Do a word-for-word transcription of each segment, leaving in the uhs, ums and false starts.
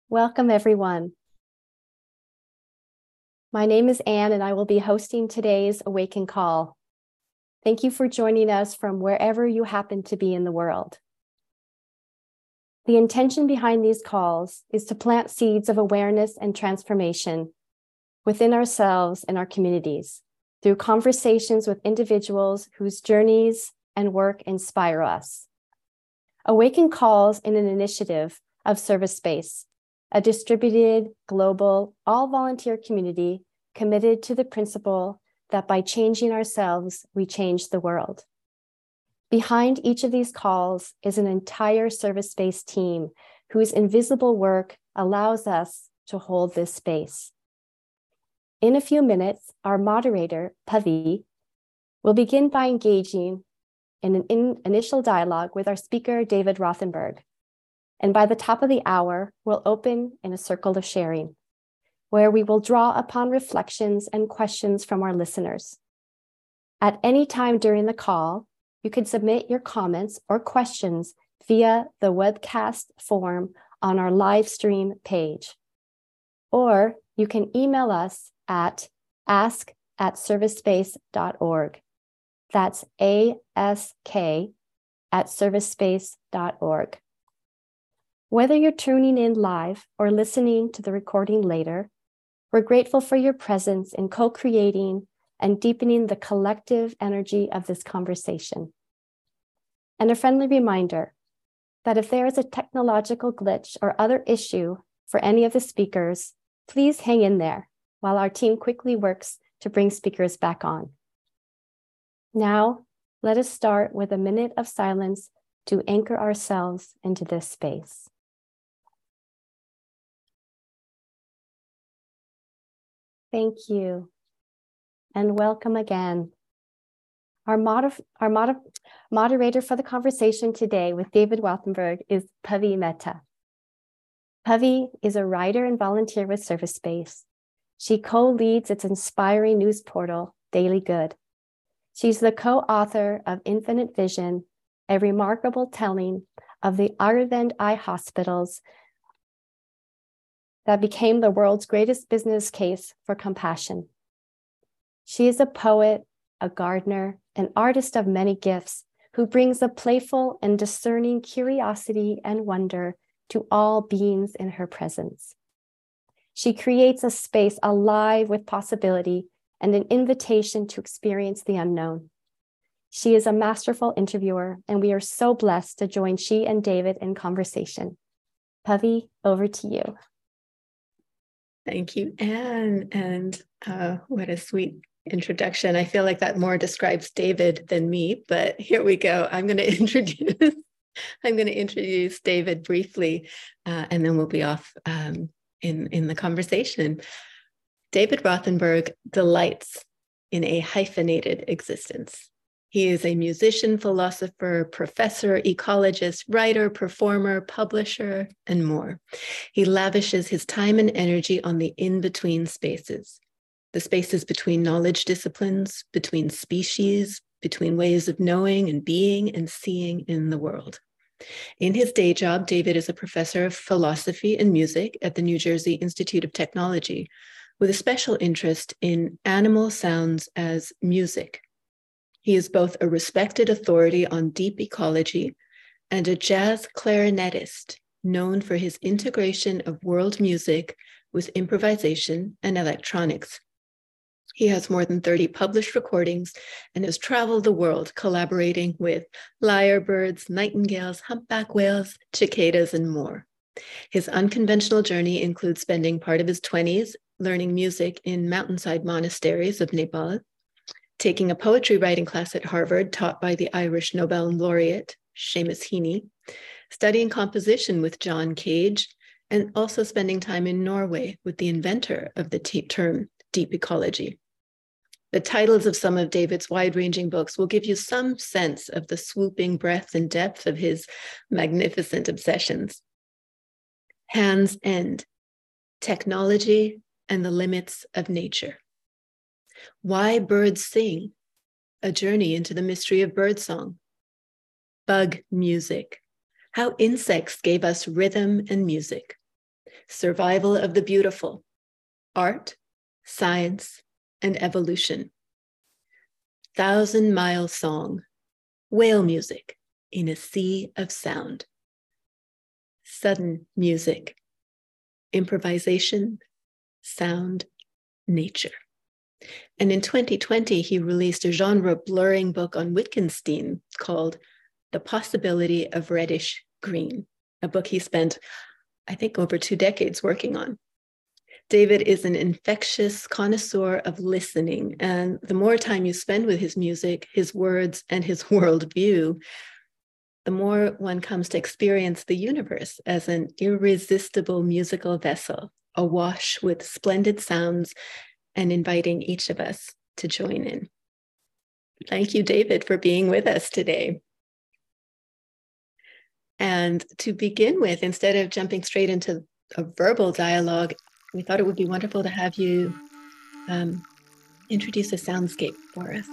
Welcome, everyone. My name is Anne, and I will be hosting today's Awaken Call. Thank you for joining us from wherever you happen to be in the world. The intention behind these calls is to plant seeds of awareness and transformation within ourselves and our communities through conversations with individuals whose journeys and work inspire us. Awaken Calls in an initiative of Service Space, a distributed, global, all-volunteer community committed to the principle that by changing ourselves, we change the world. Behind each of these calls is an entire service-based team whose invisible work allows us to hold this space. In a few minutes, our moderator, Pavi, will begin by engaging in an in initial dialogue with our speaker, David Rothenberg. And by the top of the hour, we'll open in a circle of sharing, where we will draw upon reflections and questions from our listeners. At any time during the call, you can submit your comments or questions via the webcast form on our live stream page. Or you can email us at ask at servicespace dot org. That's A S K at servicespace dot org. Whether you're tuning in live or listening to the recording later, we're grateful for your presence in co-creating and deepening the collective energy of this conversation. And a friendly reminder that if there is a technological glitch or other issue for any of the speakers, please hang in there while our team quickly works to bring speakers back on. Now, let us start with a minute of silence to anchor ourselves into this space. Thank you, and welcome again. Our, moder our moder moderator for the conversation today with David Rothenberg is Pavi Mehta. Pavi is a writer and volunteer with Service Space. She co-leads its inspiring news portal, Daily Good. She's the co-author of Infinite Vision, a remarkable telling of the Aravind Eye Hospitals that became the world's greatest business case for compassion. She is a poet, a gardener, an artist of many gifts who brings a playful and discerning curiosity and wonder to all beings in her presence. She creates a space alive with possibility and an invitation to experience the unknown. She is a masterful interviewer, and we are so blessed to join she and David in conversation. Pavi, over to you. Thank you, Anne, and uh, what a sweet introduction. I feel like that more describes David than me, but here we go. I'm going to introduce. I'm going to introduce David briefly, uh, and then we'll be off um, in in the conversation. David Rothenberg delights in a hyphenated existence. He is a musician, philosopher, professor, ecologist, writer, performer, publisher, and more. He lavishes his time and energy on the in-between spaces, the spaces between knowledge disciplines, between species, between ways of knowing and being and seeing in the world. In his day job, David is a professor of philosophy and music at the New Jersey Institute of Technology, with a special interest in animal sounds as music. He is both a respected authority on deep ecology and a jazz clarinetist known for his integration of world music with improvisation and electronics. He has more than thirty published recordings and has traveled the world collaborating with lyrebirds, nightingales, humpback whales, cicadas, and more. His unconventional journey includes spending part of his twenties learning music in mountainside monasteries of Nepal, taking a poetry writing class at Harvard taught by the Irish Nobel laureate, Seamus Heaney, studying composition with John Cage, and also spending time in Norway with the inventor of the term deep ecology. The titles of some of David's wide-ranging books will give you some sense of the swooping breadth and depth of his magnificent obsessions. Hand's End, Technology and the Limits of Nature. Why Birds Sing, A Journey into the Mystery of Birdsong. Bug Music, How Insects Gave Us Rhythm and Music. survival of the beautiful, art, science, and evolution. Thousand Mile Song, whale music in a sea of sound. Sudden music, improvisation, sound, nature. And in twenty twenty, he released a genre-blurring book on Wittgenstein called The Possibility of Reddish Green, a book he spent, I think, over two decades working on. David is an infectious connoisseur of listening, and the more time you spend with his music, his words, and his worldview, the more one comes to experience the universe as an irresistible musical vessel, awash with splendid sounds and inviting each of us to join in. Thank you, David, for being with us today. And to begin with, instead of jumping straight into a verbal dialogue, we thought it would be wonderful to have you um, introduce a soundscape for us.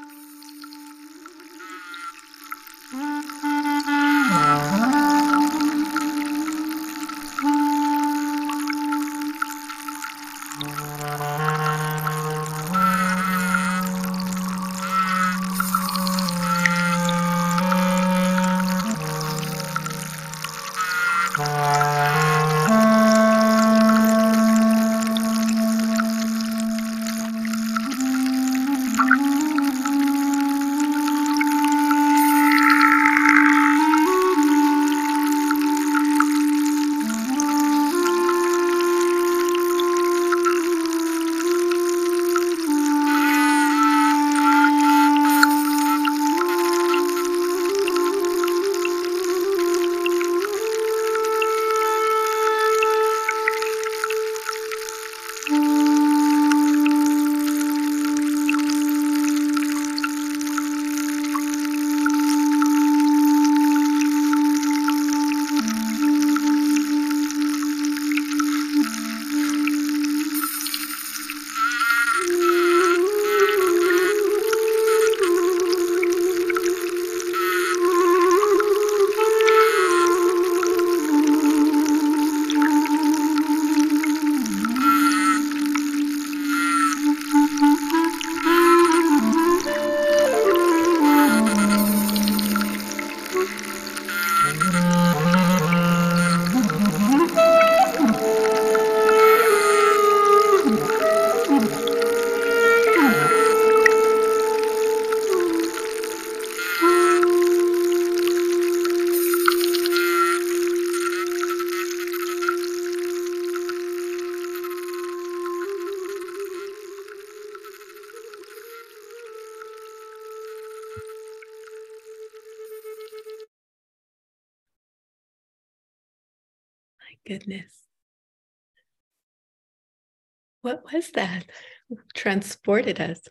Goodness. What was that? Transported us.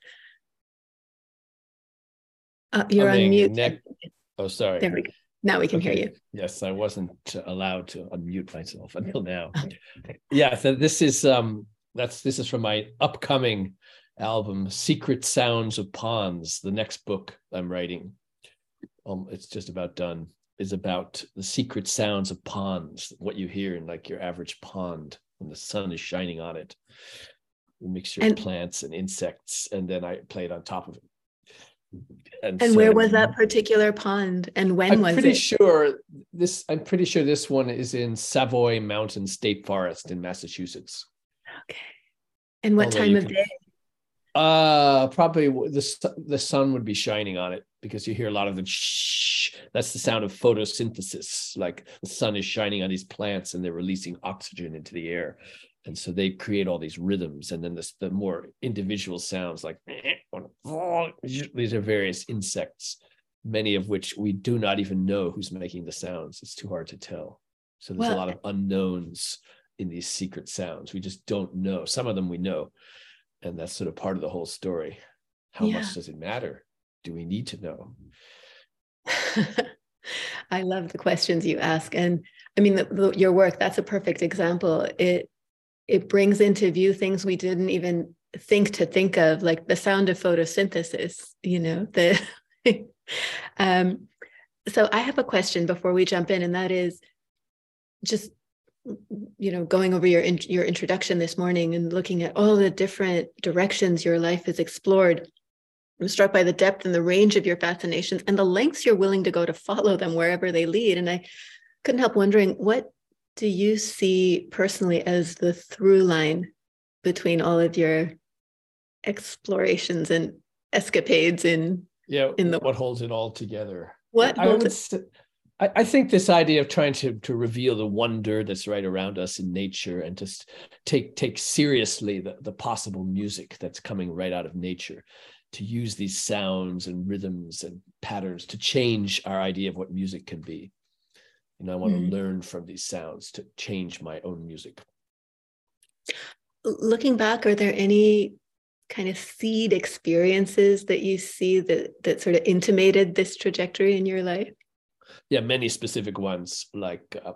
Uh, you're on mute. Neck. Oh, sorry. There we go. Now we can okay. hear you. Yes, I wasn't allowed to unmute myself until now. Yeah, so this is um that's this is from my upcoming album, Secret Sounds of Ponds. The next book I'm writing. Um, it's just about done. Is about the secret sounds of ponds, what you hear in like your average pond when the sun is shining on it. A mixture and, of plants and insects, and then I played on top of it. And, and so, where was that particular pond, and when I'm was it? I'm pretty sure this. I'm pretty sure this one is in Savoy Mountain State Forest in Massachusetts. Okay. And what Although time of can, day? Uh, probably the the sun would be shining on it, because you hear a lot of the shh. That's the sound of photosynthesis. Like the sun is shining on these plants and they're releasing oxygen into the air. And so they create all these rhythms. And then this, the more individual sounds like these are various insects, many of which we do not even know who's making the sounds. It's too hard to tell. So there's well, a lot of unknowns in these secret sounds. We just don't know. Some of them we know. And that's sort of part of the whole story. How yeah. much does it matter? Do we need to know? I love the questions you ask. And I mean, the, the, your work, that's a perfect example. It it brings into view things we didn't even think to think of, like the sound of photosynthesis, you know, the um, so I have a question before we jump in, and that is just you know, going over your your introduction this morning and looking at all the different directions your life has explored, I'm struck by the depth and the range of your fascinations and the lengths you're willing to go to follow them wherever they lead. And I couldn't help wondering, what do you see personally as the through line between all of your explorations and escapades in yeah in the what holds it all together? What I holds would it? say, I, I think this idea of trying to to reveal the wonder that's right around us in nature, and just take take seriously the, the possible music that's coming right out of nature, to use these sounds and rhythms and patterns to change our idea of what music can be. You know, I want mm-hmm. to learn from these sounds to change my own music. Looking back, are there any kind of seed experiences that you see that that sort of intimated this trajectory in your life? Yeah, many specific ones. Like, uh,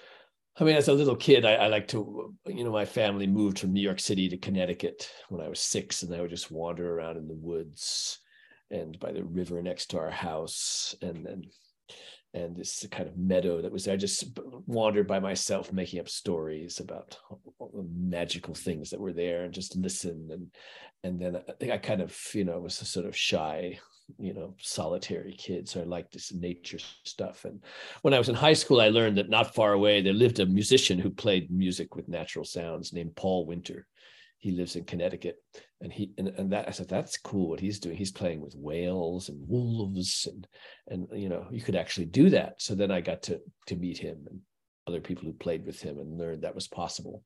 I mean, as a little kid, I, I like to, you know, my family moved from New York City to Connecticut when I was six, and I would just wander around in the woods and by the river next to our house, and then and this kind of meadow that was there. I just wandered by myself, making up stories about all the magical things that were there, and just listen. And and then I think I kind of, you know, was a sort of shy, you know, solitary kid. So I liked this nature stuff. And when I was in high school, I learned that not far away, there lived a musician who played music with natural sounds named Paul Winter. He lives in Connecticut, and he and, and that I said, that's cool what he's doing. He's playing with whales and wolves, and and you know, you could actually do that. So then I got to to meet him and other people who played with him, and learned that was possible.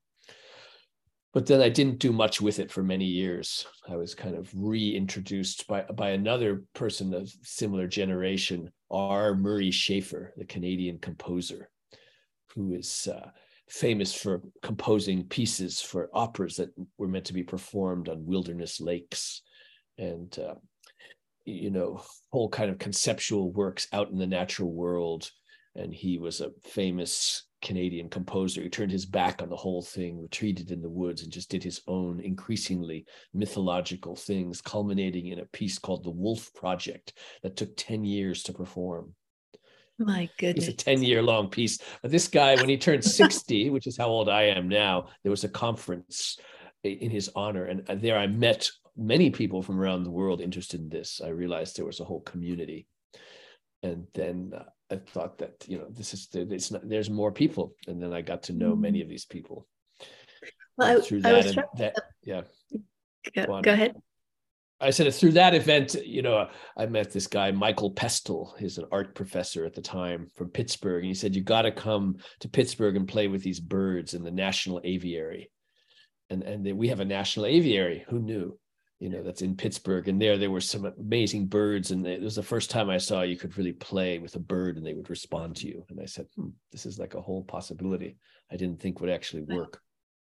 But then I didn't do much with it for many years. I was kind of reintroduced by by another person of similar generation, R. Murray Schafer, the Canadian composer, who is uh, famous for composing pieces for operas that were meant to be performed on wilderness lakes, and uh, you know, whole kind of conceptual works out in the natural world. And he was a famous Canadian composer who turned his back on the whole thing, retreated in the woods, and just did his own increasingly mythological things, culminating in a piece called The Wolf Project that took ten years to perform. My goodness. It's a ten-year long piece. But this guy, when he turned sixty, which is how old I am now, there was a conference in his honor. And there I met many people from around the world interested in this. I realized there was a whole community. And then uh, I thought that, you know, this is, it's not, there's more people. And then I got to know many of these people. Well, I, through I that, was and that, yeah. Go, go ahead. I said through that event, you know, I met this guy, Michael Pestle. He's an art professor at the time from Pittsburgh. And he said, you got to come to Pittsburgh and play with these birds in the National Aviary. And, and then we have a National Aviary. Who knew? You know, that's in Pittsburgh. And there, there were some amazing birds. And it was the first time I saw you could really play with a bird and they would respond to you. And I said, hmm, this is like a whole possibility I didn't think would actually work.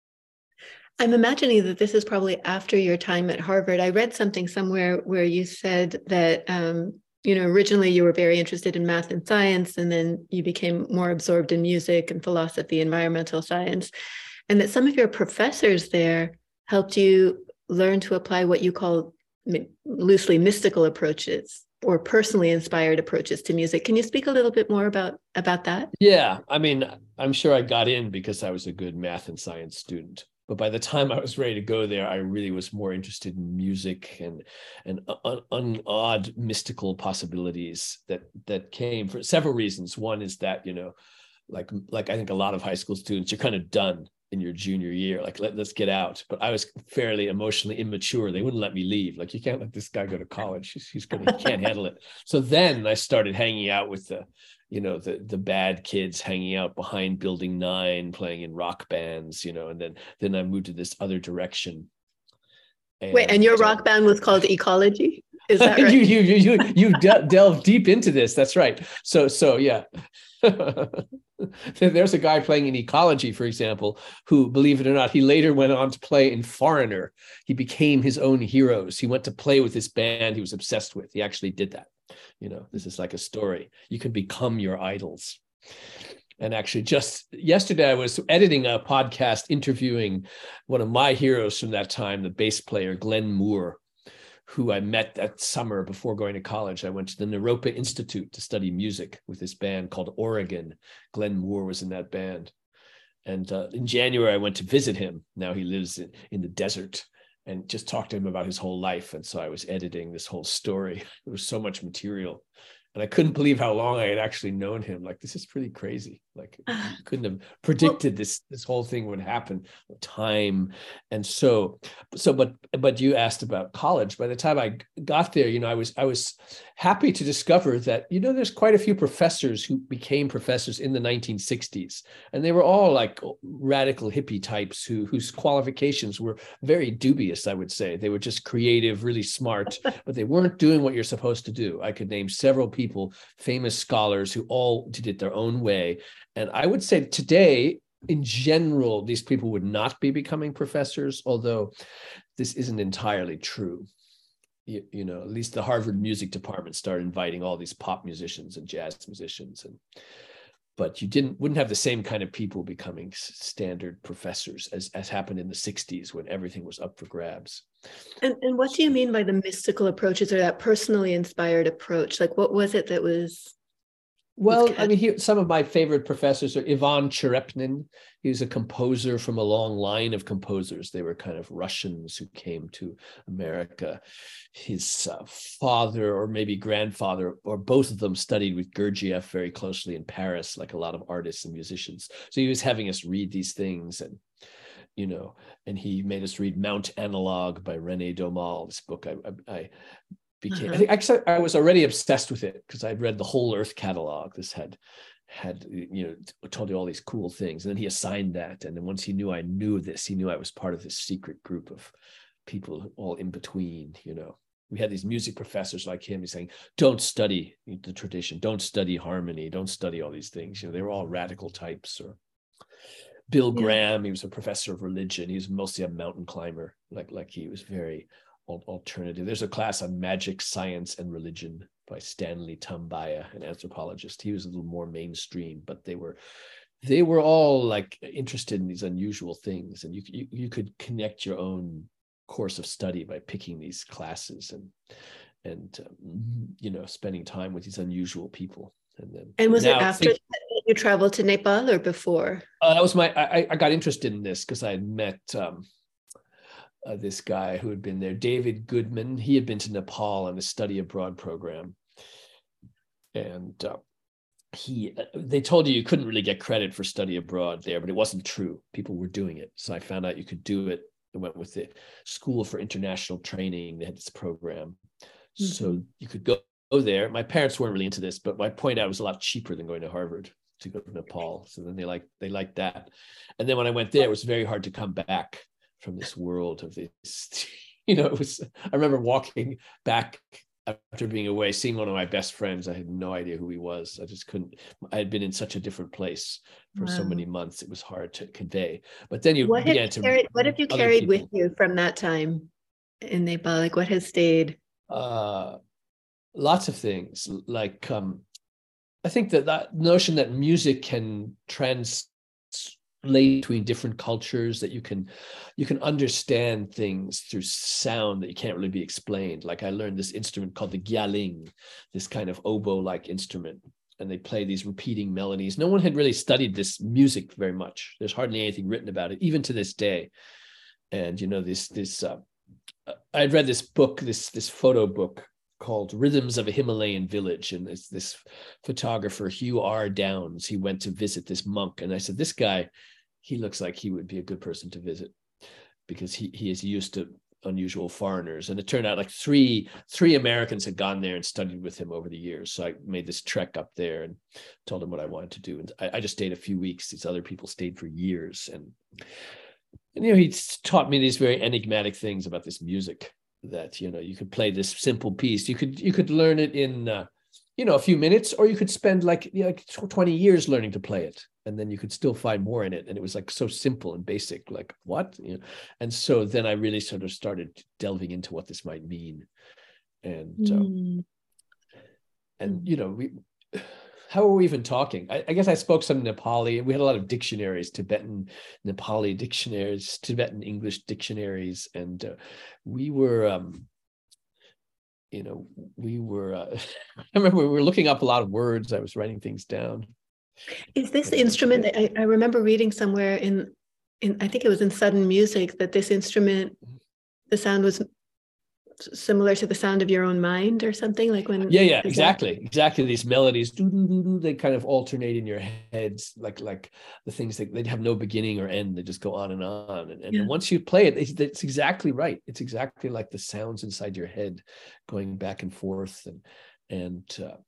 I'm imagining that this is probably after your time at Harvard. I read something somewhere where you said that, um, you know, originally you were very interested in math and science, and then you became more absorbed in music and philosophy, environmental science, and that some of your professors there helped you learn to apply what you call loosely mystical approaches or personally inspired approaches to music. Can you speak a little bit more about, about that? Yeah, I mean, I'm sure I got in because I was a good math and science student. But by the time I was ready to go there, I really was more interested in music and and un, un, odd mystical possibilities that that came for several reasons. One is that, you know, like like I think a lot of high school students, you're kind of done in your junior year, like let, let's get out. But I was fairly emotionally immature. They wouldn't let me leave. Like, you can't let this guy go to college. He's, he's gonna, he can't handle it. So then I started hanging out with the, you know, the the bad kids, hanging out behind Building Nine, playing in rock bands, you know, and then then I moved to this other direction. And, Wait, and your rock band was called Ecology? Is that right? you you you you, you de- delve deep into this. That's right. So so yeah. There's a guy playing in Ecology, for example, who, believe it or not, he later went on to play in Foreigner. He became his own heroes. He went to play with this band he was obsessed with. He actually did that. You know, this is like a story. You can become your idols. And actually, just yesterday, I was editing a podcast interviewing one of my heroes from that time, the bass player, Glenn Moore, who I met that summer before going to college. I went to the Naropa Institute to study music with this band called Oregon. Glenn Moore was in that band. And uh, in January, I went to visit him. Now he lives in, in the desert, and just talked to him about his whole life. And so I was editing this whole story. There was so much material. And I couldn't believe how long I had actually known him. Like, this is pretty crazy. Like, you couldn't have predicted well, this this whole thing would happen. Time. And so, so, but, but you asked about college. By the time I got there, you know, I was, I was happy to discover that, you know, there's quite a few professors who became professors in the nineteen sixties. And they were all like radical hippie types who, whose qualifications were very dubious, I would say. They were just creative, really smart, but they weren't doing what you're supposed to do. I could name several people People, famous scholars who all did it their own way. And I would say today, in general, these people would not be becoming professors, although this isn't entirely true. You, you know, at least the Harvard music department started inviting all these pop musicians and jazz musicians. And but you didn't wouldn't have the same kind of people becoming standard professors as, as happened in the sixties when everything was up for grabs. And, and what do you mean by the mystical approaches, or that personally inspired approach? Like, what was it that was? Well, I mean, he, some of my favorite professors are Ivan Cherepnin. He was a composer from a long line of composers. They were kind of Russians who came to America. His uh, father, or maybe grandfather, or both of them studied with Gurdjieff very closely in Paris, like a lot of artists and musicians. So he was having us read these things, and you know, and he made us read Mount Analog by René Daumal, this book I, I, I became, uh-huh. I think actually I was already obsessed with it because I'd read the whole Earth catalog. This had, had, you know, told you all these cool things. And then he assigned that. And then once he knew I knew this, he knew I was part of this secret group of people all in between, you know. We had these music professors like him. He's saying, don't study the tradition, don't study harmony, don't study all these things. You know, they were all radical types. Or Bill yeah. Graham, he was a professor of religion. He was mostly a mountain climber, like, like he was very alternative. There's a class on magic, science, and religion by Stanley Tambaya, an anthropologist. He was a little more mainstream, but they were they were all like interested in these unusual things, and you you, you could connect your own course of study by picking these classes and and um, you know, spending time with these unusual people. And then and was it after think, you traveled to Nepal or before? Uh, that was my I, I got interested in this because I had met um, uh, this guy who had been there, David Goodman. He had been to Nepal on a study abroad program, and uh, he uh, they told you you couldn't really get credit for study abroad there, but it wasn't true. People were doing it, so I found out you could do it. I went with the School for International Training. They had this program, mm-hmm. so you could go. Go there. My parents weren't really into this, but I point out it was a lot cheaper than going to Harvard to go to Nepal. So then they like they liked that. And then when I went there, it was very hard to come back from this world of this. You know, it was. I remember walking back after being away, seeing one of my best friends. I had no idea who he was. I just couldn't. I had been in such a different place for wow. so many months. It was hard to convey. But then you what began have you to. Carried, what have you carried people. with you from that time in Nepal? Like, what has stayed? Uh. Lots of things, like um, I think that that notion that music can translate between different cultures, that you can you can understand things through sound that you can't really be explained. Like I learned this instrument called the gyaling, this kind of oboe-like instrument, and they play these repeating melodies. No one had really studied this music very much. There's hardly anything written about it, even to this day. And you know, this this uh, I'd read this book, this this photo book called Rhythms of a Himalayan Village. And it's this photographer, Hugh R. Downs. He went to visit this monk. And I said, this guy, he looks like he would be a good person to visit because he, he is used to unusual foreigners. And it turned out like three, three Americans had gone there and studied with him over the years. So I made this trek up there and told him what I wanted to do. And I, I just stayed a few weeks. These other people stayed for years. And, and, you know, he taught me these very enigmatic things about this music. That, you know, you could play this simple piece. You could you could learn it in, uh, you know, a few minutes, or you could spend like, you know, like twenty years learning to play it. And then you could still find more in it. And it was like so simple and basic, like what? You know? And so then I really sort of started delving into what this might mean. And, mm. uh, and you know, we... How are we even talking? I, I guess I spoke some Nepali. We had a lot of dictionaries, Tibetan Nepali dictionaries, Tibetan English dictionaries. And uh, we were, um, you know, we were, uh, I remember we were looking up a lot of words. I was writing things down. Is this instrument, I, I remember reading somewhere in, in, I think it was in Sudden Music, that this instrument, the sound was similar to the sound of your own mind or something, like when yeah yeah exactly that... exactly these melodies doo, doo, doo, doo, they kind of alternate in your heads, like like the things that they have no beginning or end, they just go on and on, and, and yeah. once you play it, it's, it's exactly right, it's exactly like the sounds inside your head going back and forth, and and uh,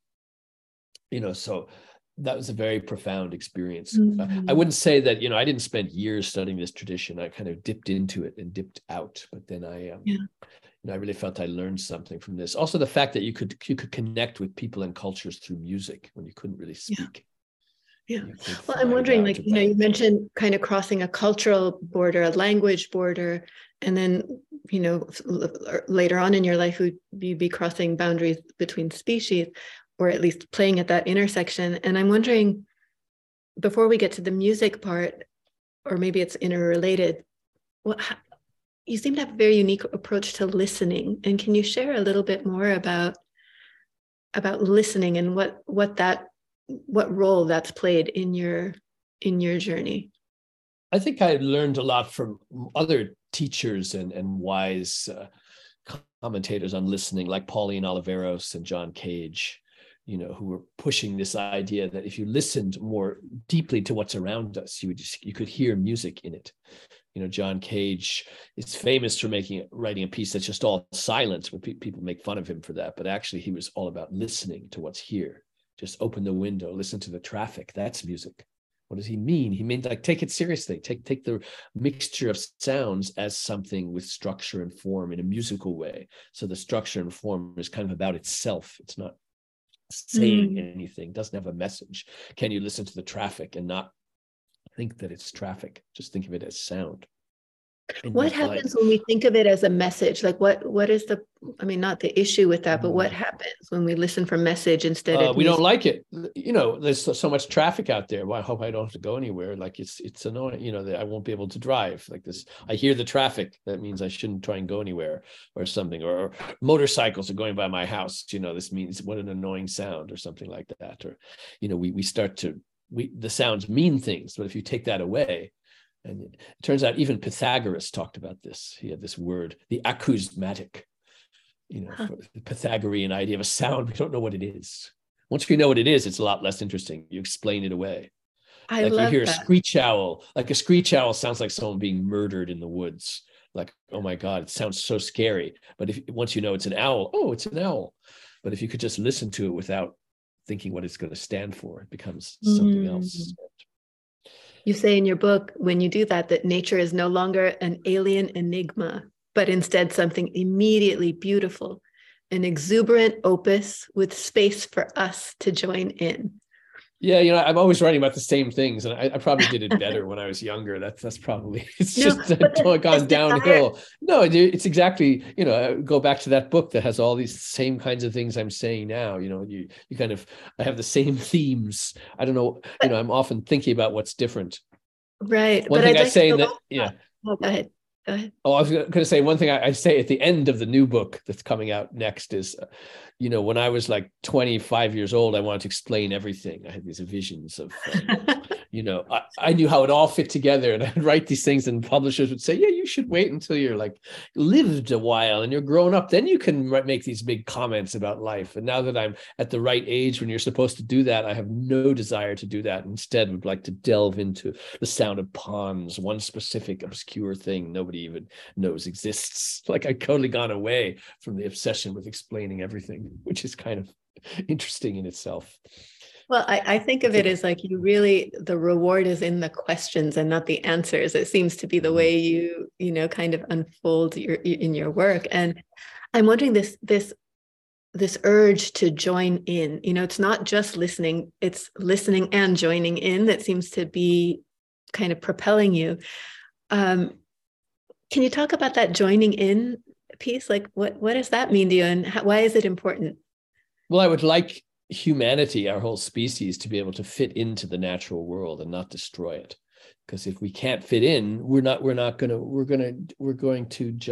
you know, so that was a very profound experience. Mm-hmm. I wouldn't say that, you know, I didn't spend years studying this tradition. I kind of dipped into it and dipped out, but then I um, yeah. you know, I really felt I learned something from this. Also, the fact that you could you could connect with people and cultures through music when you couldn't really speak. Yeah. yeah. Well, I'm wondering, like, you know, you mentioned kind of crossing a cultural border, a language border, and then, you know, later on in your life, would you be crossing boundaries between species, or at least playing at that intersection? And I'm wondering, before we get to the music part, or maybe it's interrelated, what you seem to have a very unique approach to listening. And can you share a little bit more about, about listening and what, what that, what role that's played in your, in your journey? I think I learned a lot from other teachers and, and wise uh, commentators on listening, like Pauline Oliveros and John Cage, you know, who were pushing this idea that if you listened more deeply to what's around us, you would just, you could hear music in it. You know, John Cage is famous for making writing a piece that's just all silence, but pe- people make fun of him for that. But actually, he was all about listening to what's here. Just open the window, listen to the traffic. That's music. What does he mean? He means, like, take it seriously. Take take the mixture of sounds as something with structure and form in a musical way. So the structure and form is kind of about itself. It's not saying mm. anything, doesn't have a message. Can you listen to the traffic and not think that it's traffic? Just think of it as sound. What happens when we think of it as a message? Like, what what is the, I mean, not the issue with that, but what happens when we listen for message instead uh, of we music? don't like it. You know, there's so, so much traffic out there. Well, I hope I don't have to go anywhere. Like, it's it's annoying, you know, that I won't be able to drive like this. I hear the traffic. That means I shouldn't try and go anywhere or something. Or, or motorcycles are going by my house. You know, this means what an annoying sound or something like that. Or, you know, we we start to, we the sounds mean things, but if you take that away. And it turns out even Pythagoras talked about this. He had this word, the acousmatic, you know, huh. the Pythagorean idea of a sound. We don't know what it is. Once we know what it is, it's a lot less interesting. You explain it away. I like love you hear that. a screech owl, like a screech owl sounds like someone being murdered in the woods. Like, oh my God, it sounds so scary. But if once you know it's an owl, oh, it's an owl. But if you could just listen to it without thinking what it's going to stand for, it becomes something mm. else. You say in your book, when you do that, that nature is no longer an alien enigma, but instead something immediately beautiful, an exuberant opus with space for us to join in. Yeah, you know, I'm always writing about the same things, and I, I probably did it better when I was younger. That's that's probably, it's no, just uh, gone downhill. No, it's exactly, you know, go back to that book that has all these same kinds of things I'm saying now. You know, you you kind of, I have the same themes. I don't know, but, you know, I'm often thinking about what's different. Right. One but thing I'd I like say in that, yeah. Oh, go ahead. Go ahead. Oh, I was going to say one thing I, I say at the end of the new book that's coming out next is, uh, you know, when I was like twenty-five years old, I wanted to explain everything. I had these visions of, um, you know, I, I knew how it all fit together, and I'd write these things, and publishers would say, yeah, you should wait until you're like lived a while and you're grown up. Then you can make these big comments about life. And now that I'm at the right age when you're supposed to do that, I have no desire to do that. Instead, would like to delve into the sound of ponds, one specific obscure thing nobody even knows exists. Like, I've totally gone away from the obsession with explaining everything, which is kind of interesting in itself. Well, I, I think of it as like, you really, the reward is in the questions and not the answers. It seems to be the way you, you know, kind of unfold your in your work. And I'm wondering this, this, this urge to join in, you know, it's not just listening, it's listening and joining in that seems to be kind of propelling you. Um, Can you talk about that joining in piece? Like, what, what does that mean to you, and how, why is it important? Well, I would like humanity, our whole species, to be able to fit into the natural world and not destroy it. Because if we can't fit in, we're not, we're not going to, we're going to, we're going to just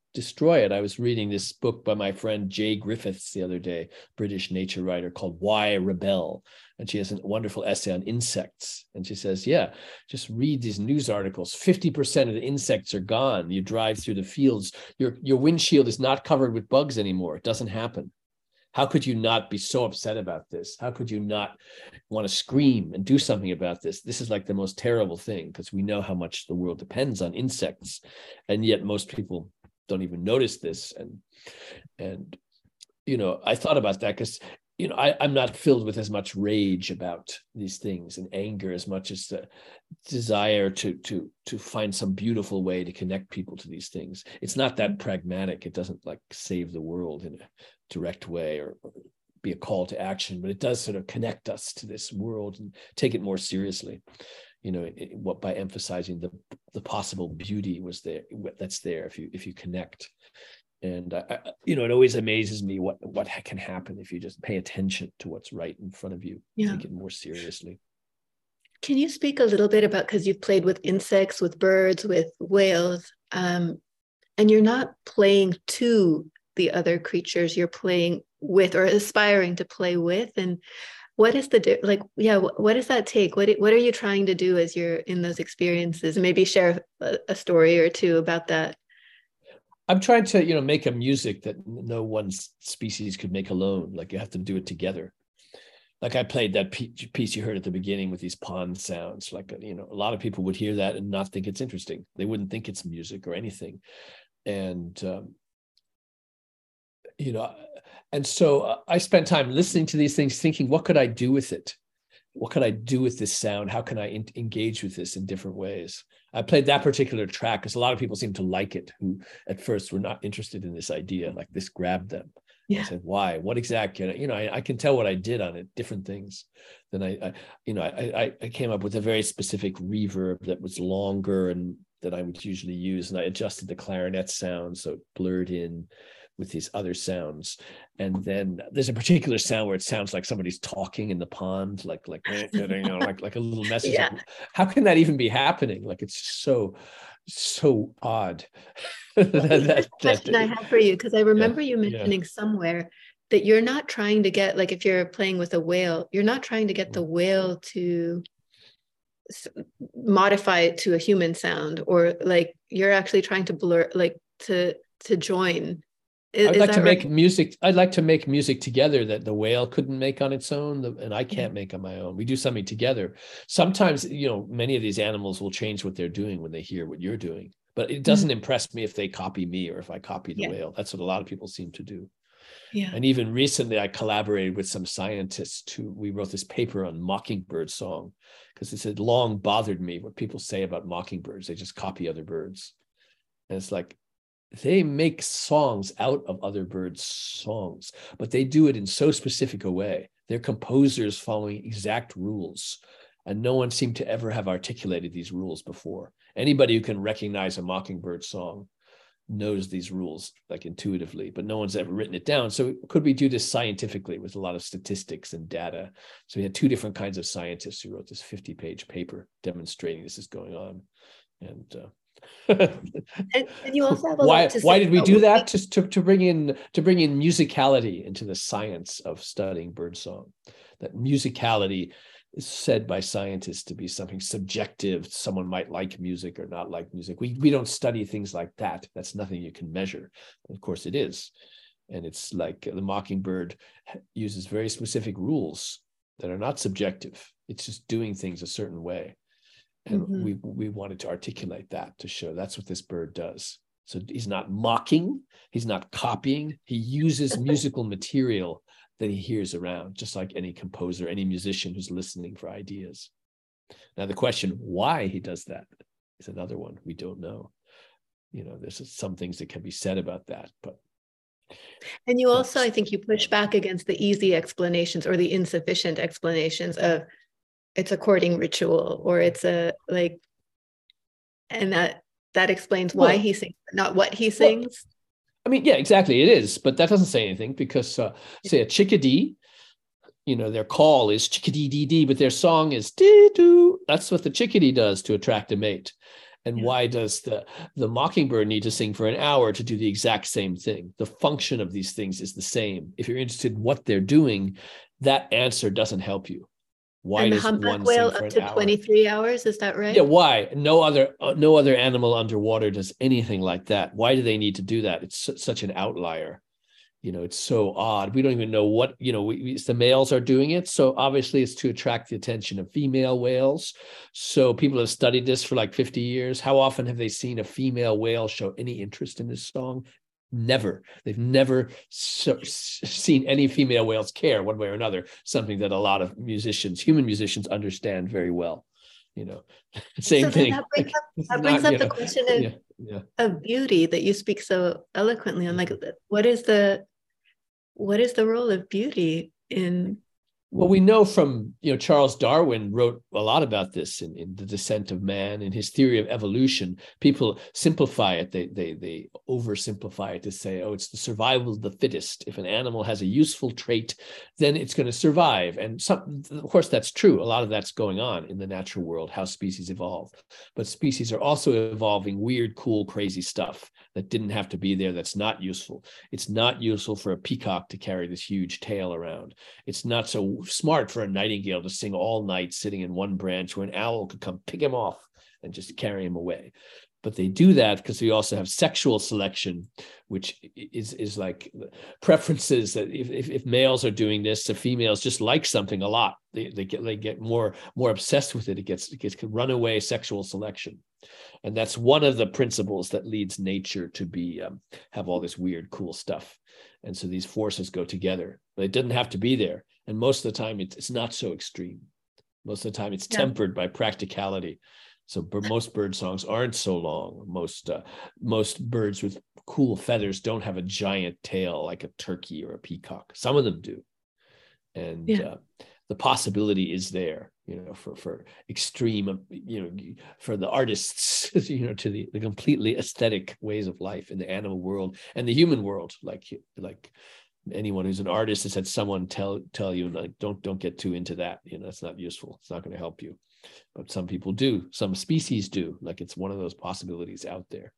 destroy it. I was reading this book by my friend Jay Griffiths the other day, British nature writer, called Why Rebel? And she has a wonderful essay on insects. And she says, yeah, just read these news articles. fifty percent of the insects are gone. You drive through the fields, your, your windshield is not covered with bugs anymore. It doesn't happen. How could you not be so upset about this? How could you not want to scream and do something about this? This is like the most terrible thing, because we know how much the world depends on insects. And yet most people don't even notice this. And, and you know, I thought about that because, you know, I, I'm not filled with as much rage about these things and anger as much as the desire to, to, to find some beautiful way to connect people to these things. It's not that pragmatic. It doesn't like save the world in a direct way or, or be a call to action, but it does sort of connect us to this world and take it more seriously. You know, it, what by emphasizing the the possible beauty was there that's there if you if you connect. And I, I, you know, it always amazes me what what can happen if you just pay attention to what's right in front of you. Yeah. Take it more seriously. Can you speak a little bit about, because you've played with insects, with birds, with whales, um, and you're not playing to the other creatures, you're playing with or aspiring to play with. And what is the, like, yeah, what does that take? What, what are you trying to do as you're in those experiences? Maybe share a, a story or two about that. I'm trying to, you know, make a music that no one species could make alone. Like you have to do it together. Like I played that piece you heard at the beginning with these pond sounds. Like, you know, a lot of people would hear that and not think it's interesting. They wouldn't think it's music or anything. And, um, you know, and so uh, I spent time listening to these things, thinking, what could I do with it? What could I do with this sound? How can I in- engage with this in different ways? I played that particular track because a lot of people seem to like it who at first were not interested in this idea, like this grabbed them. Yeah. I said, why? What exactly? You know, I, I can tell what I did on it, different things. Then I, I you know, I, I came up with a very specific reverb that was longer and that I would usually use. And I adjusted the clarinet sound so it blurred in with these other sounds. And then there's a particular sound where it sounds like somebody's talking in the pond, like, like, you know, like, like a little message. Yeah. How can that even be happening? Like, it's so, so odd. that, that, question that, I have for you, because I remember yeah, you mentioning yeah. somewhere that you're not trying to get, like if you're playing with a whale, you're not trying to get the whale to modify it to a human sound, or like you're actually trying to blur, like to, to join. Is, I'd like to right? make music. I'd like to make music together that the whale couldn't make on its own, and I can't make on my own. We do something together. Sometimes, you know, many of these animals will change what they're doing when they hear what you're doing. But it doesn't mm-hmm. impress me if they copy me or if I copy the yeah. whale. That's what a lot of people seem to do. Yeah. And even recently, I collaborated with some scientists who we wrote this paper on mockingbird song, because it had long bothered me what people say about mockingbirds. They just copy other birds, and it's like, they make songs out of other birds' songs, but they do it in so specific a way. They're composers following exact rules, and no one seemed to ever have articulated these rules before. Anybody who can recognize a mockingbird song knows these rules like intuitively, but no one's ever written it down. So could we do this scientifically with a lot of statistics and data? So we had two different kinds of scientists who wrote this fifty page paper demonstrating this is going on. And uh, and, and you also have a why lot to say why did we do that? We... to, to to bring in to bring in musicality into the science of studying birdsong. That musicality is said by scientists to be something subjective. Someone might like music or not like music. We we don't study things like that. That's nothing you can measure. Of course it is. And it's like the mockingbird uses very specific rules that are not subjective. It's just doing things a certain way. And mm-hmm. we we wanted to articulate that to show that's what this bird does. So he's not mocking, he's not copying. He uses musical material that he hears around, just like any composer, any musician who's listening for ideas. Now, the question why he does that is another one. We don't know. You know, there's some things that can be said about that, but. And you also, I think you push back against the easy explanations or the insufficient explanations of it's a courting ritual, or it's a like, and that that explains why well, he sings, not what he sings. Well, I mean, yeah, exactly. It is, but that doesn't say anything because, uh, say, a chickadee, you know, their call is chickadee dee dee, but their song is dee doo. That's what the chickadee does to attract a mate. And Yeah. why does the, the mockingbird need to sing for an hour to do the exact same thing? The function of these things is the same. If you're interested in what they're doing, that answer doesn't help you. Why And the does humpback one whale sing for up an to hour? twenty-three hours, is that right? Yeah, why? No other uh, no other animal underwater does anything like that. Why do they need to do that? It's su- such an outlier. You know, it's so odd. We don't even know what, you know, we, we, the males are doing it. So obviously it's to attract the attention of female whales. So people have studied this for like fifty years. How often have they seen a female whale show any interest in this song? Never. They've never so, seen any female whales care one way or another, something that a lot of musicians, human musicians, understand very well. You know, same so thing. That brings up, that Not, brings up you the know, question of, yeah, yeah. of beauty that you speak so eloquently on. Like, what is the what is the role of beauty in? Well, we know from, you know, Charles Darwin wrote a lot about this in, in The Descent of Man. In his theory of evolution, people simplify it. They, they, they oversimplify it to say, oh, it's the survival of the fittest. If an animal has a useful trait, then it's going to survive. And some, of course, that's true. A lot of that's going on in the natural world, how species evolve. But species are also evolving weird, cool, crazy stuff that didn't have to be there, that's not useful. It's not useful for a peacock to carry this huge tail around. It's not so smart for a nightingale to sing all night sitting in one branch where an owl could come pick him off and just carry him away. But they do that because we also have sexual selection, which is, is like preferences that if, if, if males are doing this, the females just like something a lot. They, they get they get more, more obsessed with it. It gets, it gets runaway sexual selection. And that's one of the principles that leads nature to be um, have all this weird, cool stuff. And so these forces go together. But it doesn't have to be there. And most of the time, it's, it's not so extreme. Most of the time, it's Yeah. tempered by practicality. So most bird songs aren't so long. Most uh, most birds with cool feathers don't have a giant tail like a turkey or a peacock. Some of them do. And yeah. uh, the possibility is there, you know, for, for extreme, you know, for the artists, you know, to the, the completely aesthetic ways of life in the animal world and the human world. Like, like anyone who's an artist has had someone tell tell you, like, don't don't get too into that. You know, it's not useful. It's not going to help you. But some people do. Some species do. Like, it's one of those possibilities out there.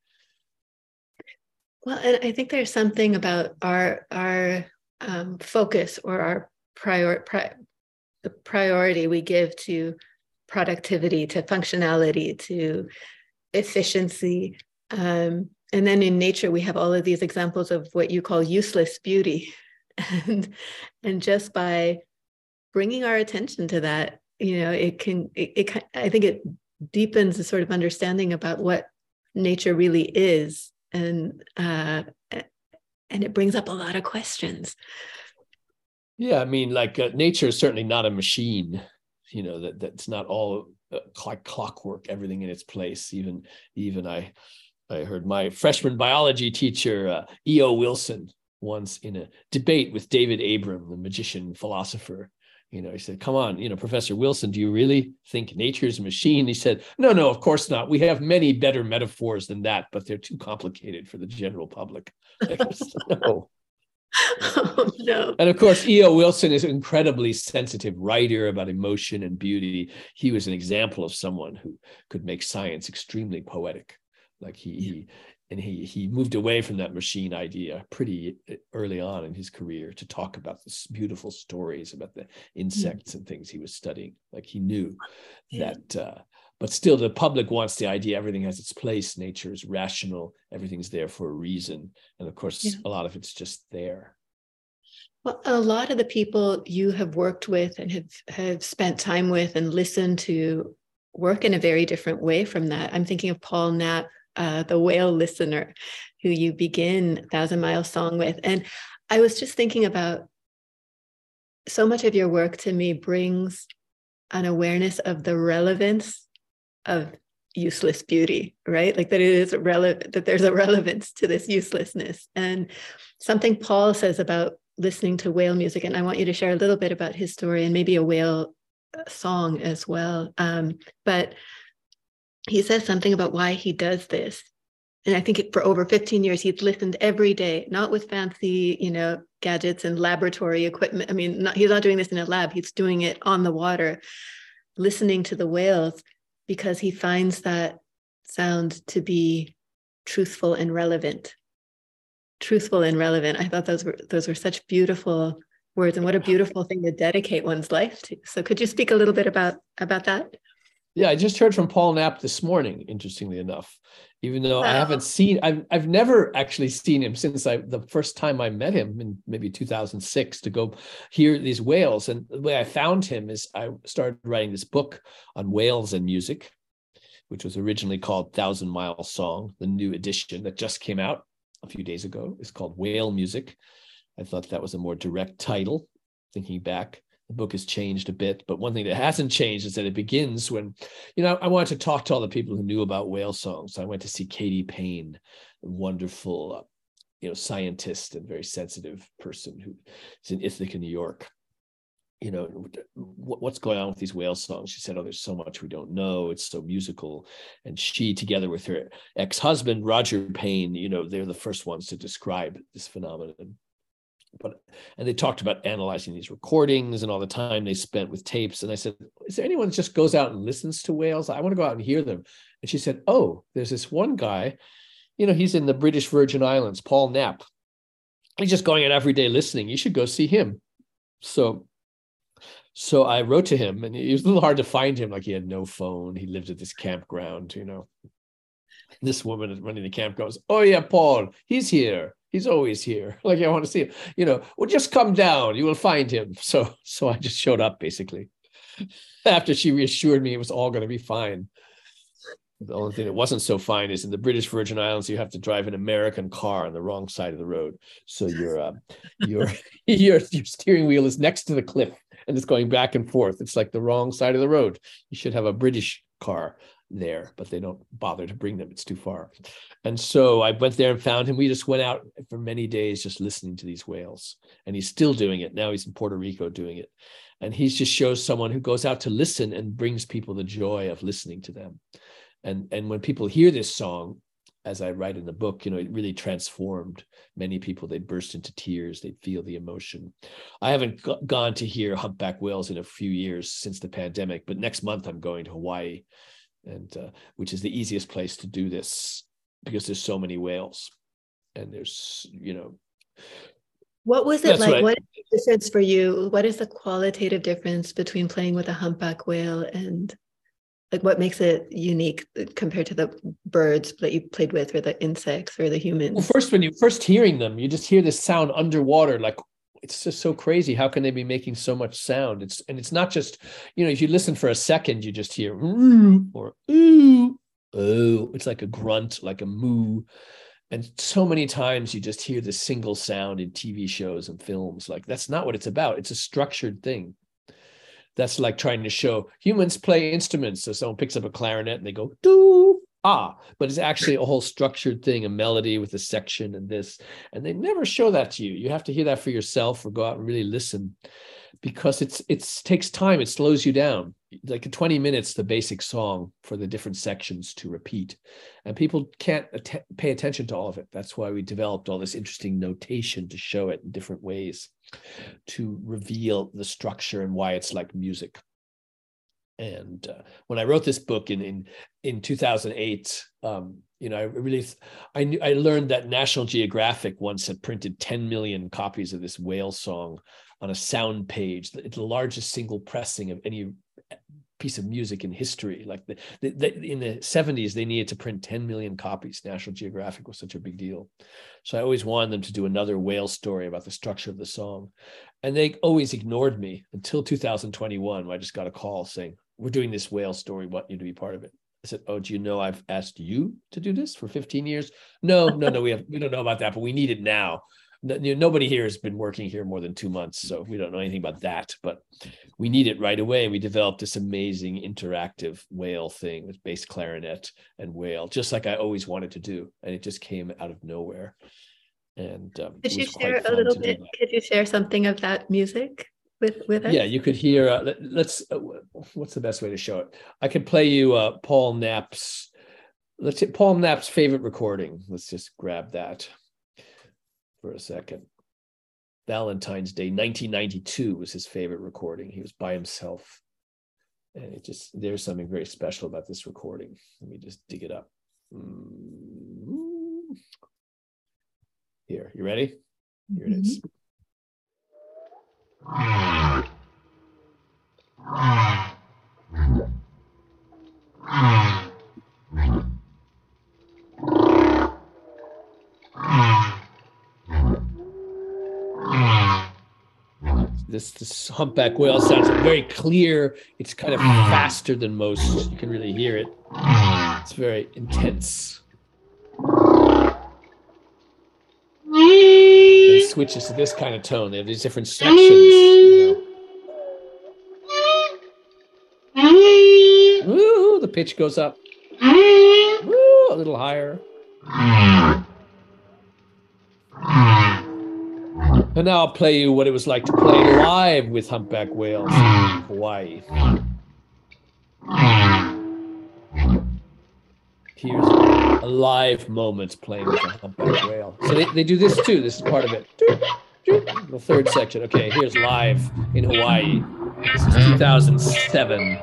Well, and I think there's something about our our um, focus or our prior pri- the priority we give to productivity, to functionality, to efficiency. Um, and then in nature, we have all of these examples of what you call useless beauty. And, and just by bringing our attention to that, you know, it can, it, it, I think it deepens a sort of understanding about what nature really is. And, uh, and it brings up a lot of questions. Yeah, I mean, like uh, nature is certainly not a machine, you know, that that's not all uh, like clockwork, everything in its place. Even, even I, I heard my freshman biology teacher, uh, E O Wilson, once in a debate with David Abram, the magician philosopher. You know, he said, come on, you know, Professor Wilson, do you really think nature's a machine? He said, no, no, of course not. We have many better metaphors than that, but they're too complicated for the general public. No. Oh, no. And of course, E O Wilson is an incredibly sensitive writer about emotion and beauty. He was an example of someone who could make science extremely poetic. Like he, yeah. he and he he moved away from that machine idea pretty early on in his career to talk about this beautiful stories about the insects yeah. and things he was studying. Like he knew yeah. that, uh, but still the public wants the idea everything has its place. Nature is rational. Everything's there for a reason. And of course, yeah. a lot of it's just there. Well, a lot of the people you have worked with and have, have spent time with and listened to work in a very different way from that. I'm thinking of Paul Knapp, uh, the whale listener, who you begin Thousand Mile Song with. And I was just thinking about so much of your work to me brings an awareness of the relevance of useless beauty, right? Like that it is relevant, that there's a relevance to this uselessness. And something Paul says about listening to whale music, and I want you to share a little bit about his story and maybe a whale song as well. Um, but he says something about why he does this. And I think it, for over fifteen years, he's listened every day, not with fancy, you know, gadgets and laboratory equipment. I mean, not, he's not doing this in a lab. He's doing it on the water, listening to the whales, because he finds that sound to be truthful and relevant. Truthful and relevant. I thought those were those were such beautiful words, and what a beautiful thing to dedicate one's life to. So could you speak a little bit about about that? Yeah, I just heard from Paul Knapp this morning, interestingly enough, even though Wow. I haven't seen, I've, I've never actually seen him since I, the first time I met him in maybe two thousand six to go hear these whales. And the way I found him is I started writing this book on whales and music, which was originally called Thousand Mile Song. The new edition that just came out a few days ago is called Whale Music. I thought that was a more direct title, thinking back. The book has changed a bit, but one thing that hasn't changed is that it begins when, you know, I wanted to talk to all the people who knew about whale songs. I went to see Katie Payne, a wonderful, uh, you know, scientist and very sensitive person who is in Ithaca, New York. You know, what's going on with these whale songs? She said, oh, there's so much we don't know. It's so musical. And she, together with her ex-husband, Roger Payne, you know, they're the first ones to describe this phenomenon. But and they talked about analyzing these recordings and all the time they spent with tapes. And I said, is there anyone that just goes out and listens to whales? I want to go out and hear them. And she said, oh, there's this one guy, you know, he's in the British Virgin Islands, Paul Knapp. He's just going out every day listening. You should go see him. So, so I wrote to him, and it was a little hard to find him. Like, he had no phone. He lived at this campground, you know. This woman running the camp goes, oh yeah, Paul, he's here. He's always here. Like, I want to see him, you know, well, just come down. You will find him. So, so I just showed up basically after she reassured me it was all going to be fine. The only thing that wasn't so fine is in the British Virgin Islands, you have to drive an American car on the wrong side of the road. So your, uh, your, your, your steering wheel is next to the cliff and it's going back and forth. It's like the wrong side of the road. You should have a British car there, but they don't bother to bring them. It's too far. And so I went there and found him. We just went out for many days just listening to these whales. And he's still doing it. Now he's in Puerto Rico doing it. And he just shows someone who goes out to listen and brings people the joy of listening to them. And, and when people hear this song, as I write in the book, you know, it really transformed many people. They'd burst into tears. They'd feel the emotion. I haven't g- gone to hear humpback whales in a few years since the pandemic, but next month I'm going to Hawaii, and uh, which is the easiest place to do this because there's so many whales, and there's, you know. What was it like? What, I, what is the difference for you? What is the qualitative difference between playing with a humpback whale and, like, what makes it unique compared to the birds that you played with, or the insects, or the humans? Well, first, when you first hearing them, you just hear this sound underwater, like, it's just so crazy. How can they be making so much sound? It's and it's not just, you know, if you listen for a second, you just hear ooh or ooh, oh. It's like a grunt, like a moo. And so many times you just hear this single sound in T V shows and films. Like, that's not what it's about. It's a structured thing. That's like trying to show humans play instruments. So someone picks up a clarinet and they go doo. Ah, but it's actually a whole structured thing, a melody with a section and this, and they never show that to you. You have to hear that for yourself or go out and really listen, because it's it's takes time. It slows you down. Like in twenty minutes, the basic song for the different sections to repeat, and people can't att- pay attention to all of it. That's why we developed all this interesting notation to show it in different ways, to reveal the structure and why it's like music. And uh, when I wrote this book in in in two thousand eight, um, you know, I really I knew I learned that National Geographic once had printed ten million copies of this whale song on a sound page. It's the largest single pressing of any piece of music in history. Like the, the, the, in the seventies, they needed to print ten million copies. National Geographic was such a big deal. So I always wanted them to do another whale story about the structure of the song. And they always ignored me until two thousand twenty-one, when I just got a call saying, we're doing this whale story, want you to be part of it. I said, oh, do you know I've asked you to do this for fifteen years? No, no, no, we have we don't know about that, but we need it now. No, nobody here has been working here more than two months, so we don't know anything about that, but we need it right away. We developed this amazing interactive whale thing with bass clarinet and whale, just like I always wanted to do, and it just came out of nowhere. And um, could you share a little bit? Could you share something of that music with with us? Yeah, you could hear. Uh, let, let's. Uh, what's the best way to show it? I could play you uh, Paul Knapp's. Let's say Paul Knapp's favorite recording. Let's just grab that for a second. Valentine's Day, nineteen ninety-two was his favorite recording. He was by himself, and it just there's something very special about this recording. Let me just dig it up. Here, you ready? Here it is. This, this humpback whale sounds very clear. It's kind of faster than most. You can really hear it. It's very intense. It switches to this kind of tone. They have these different sections. You know. Ooh, the pitch goes up. Ooh, a little higher. And now I'll play you what it was like to play live with humpback whales in Hawaii. Here's a live moment playing with a humpback whale. So they, they do this too. This is part of it. The third section. Okay, here's live in Hawaii. This is two thousand seven.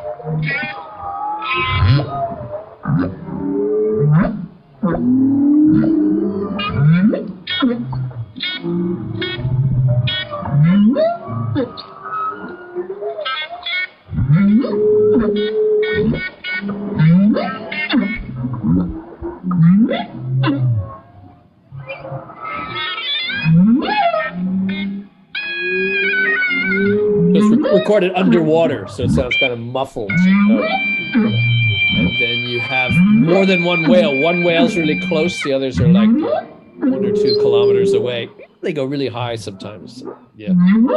It's re- recorded underwater, so it sounds kind of muffled. You know? And then you have more than one whale. One whale's really close, the others are like one or two kilometers away. They go really high sometimes. Yeah.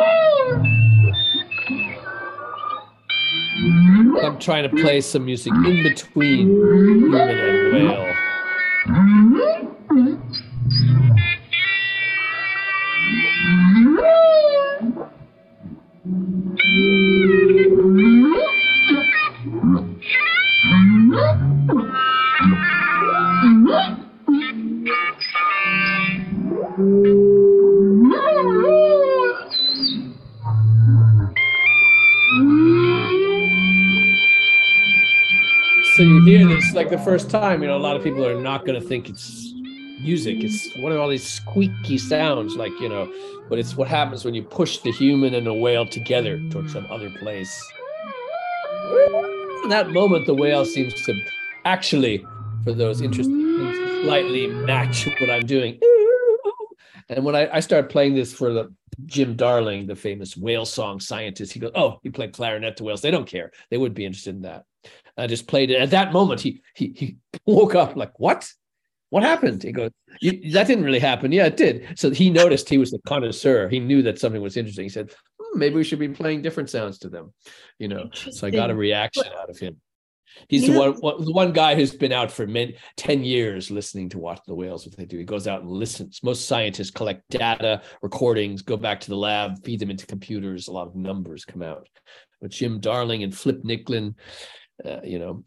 I'm trying to play some music in between human and whale. So you hear this like the first time, you know, a lot of people are not going to think it's music. It's what are all these squeaky sounds like, you know, but it's what happens when you push the human and the whale together towards some other place. In that moment, the whale seems to actually, for those interested, slightly match what I'm doing. And when I, I started playing this for the Jim Darling, the famous whale song scientist, he goes, oh, you play clarinet to whales. They don't care. They wouldn't be interested in that. I just played it. At that moment, he he he woke up like, what? What happened? He goes, that didn't really happen. Yeah, it did. So he noticed he was a connoisseur. He knew that something was interesting. He said, hmm, maybe we should be playing different sounds to them. You know, so I got a reaction out of him. He's yeah. the one, one, the one guy who's been out for many, ten years listening to watch the whales, what they do. He goes out and listens. Most scientists collect data, recordings, go back to the lab, feed them into computers. A lot of numbers come out. But Jim Darling and Flip Nicklin, uh, you know,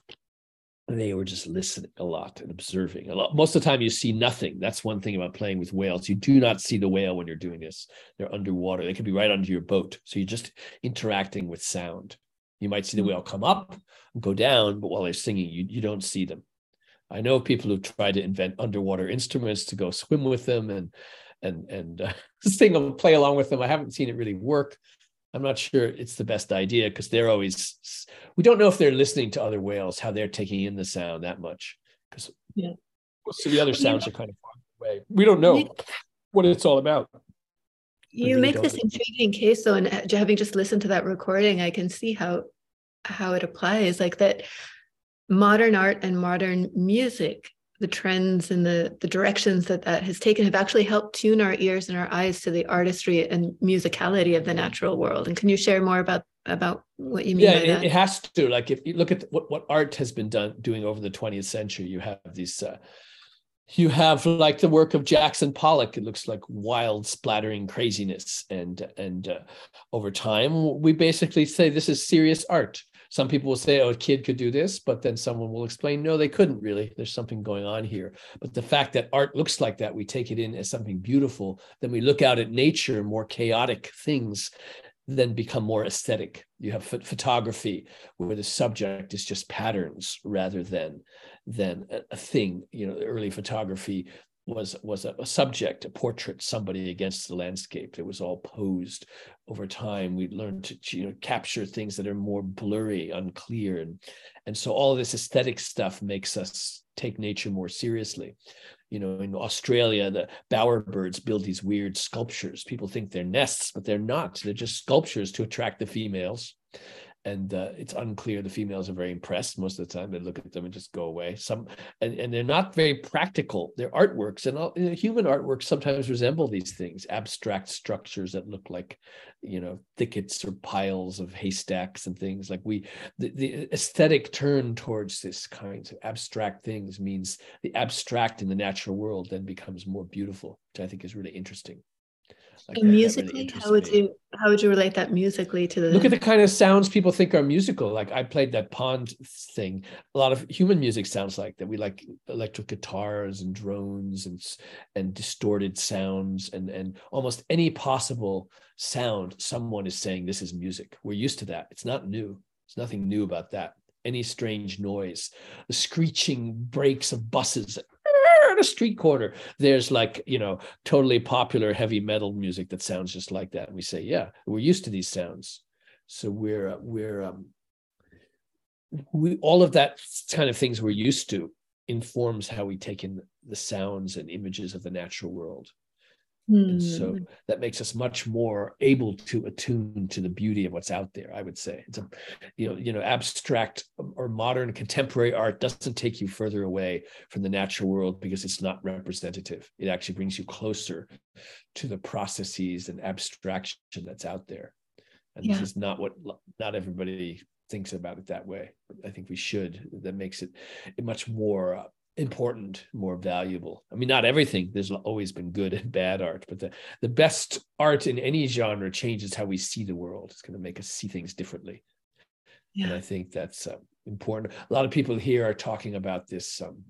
they were just listening a lot and observing a lot. Most of the time you see nothing. That's one thing about playing with whales. You do not see the whale when you're doing this. They're underwater. They could be right under your boat. So you're just interacting with sound. You might see the whale come up and go down, but while they're singing, you, you don't see them. I know people who've tried to invent underwater instruments to go swim with them and and and uh, sing and play along with them. I haven't seen it really work. I'm not sure it's the best idea because they're always, we don't know if they're listening to other whales, how they're taking in the sound that much. Because yeah. So the other well, sounds you know, are kind of far away. We don't know make, what it's all about. You really make this intriguing case though, and having just listened to that recording, I can see how how it applies, like that modern art and modern music, the trends and the, the directions that that has taken have actually helped tune our ears and our eyes to the artistry and musicality of the natural world. And can you share more about, about what you mean yeah, by that? It, it has to. Like if you look at what, what art has been done doing over the twentieth century, you have these, uh, you have like the work of Jackson Pollock. It looks like wild splattering craziness. And, and uh, over time, we basically say this is serious art. Some people will say, oh, a kid could do this, but then someone will explain, no, they couldn't really. There's something going on here. But the fact that art looks like that, we take it in as something beautiful. Then we look out at nature, more chaotic things. then become more aesthetic. You have ph- photography where the subject is just patterns rather than than a, a thing. You know, early photography was was a, a subject, a portrait, somebody against the landscape. It was all posed. Over time, we learned to, you know, capture things that are more blurry, unclear, and and so all of this aesthetic stuff makes us take nature more seriously. You know, in Australia, the bowerbirds build these weird sculptures. People think they're nests, but they're not. They're just sculptures to attract the females. And uh, it's unclear. The females are very impressed most of the time. They look at them and just go away. Some, and, and they're not very practical. They're artworks, and all, you know, human artworks sometimes resemble these things, abstract structures that look like, you know, thickets or piles of haystacks and things. Like we, the, the aesthetic turn towards this kind of abstract things means the abstract in the natural world then becomes more beautiful, which I think is really interesting. Like and that, musically, that really how would me. you how would you relate that musically to the? Look at the kind of sounds people think are musical. Like I played that pond thing. A lot of human music sounds like that. We like electric guitars and drones and and distorted sounds and and almost any possible sound. Someone is saying this is music. We're used to that. It's not new. There's nothing new about that. Any strange noise, the screeching brakes of buses at a street corner. There's like, you know, totally popular heavy metal music that sounds just like that. And we say, yeah, we're used to these sounds. So we're, we're, um, we, all of that kind of things we're used to informs how we take in the sounds and images of the natural world. Hmm. And so that makes us much more able to attune to the beauty of what's out there. I would say it's a, you know, you know, abstract or modern contemporary art doesn't take you further away from the natural world because it's not representative. It actually brings you closer to the processes and abstraction that's out there. And yeah. This is not what, not everybody thinks about it that way. But I think we should. That makes it much more uh, important, more valuable. I mean, not everything. There's always been good and bad art, but the, the best art in any genre changes how we see the world. It's going to make us see things differently. Yeah. And I think that's uh, important. A lot of people here are talking about this um,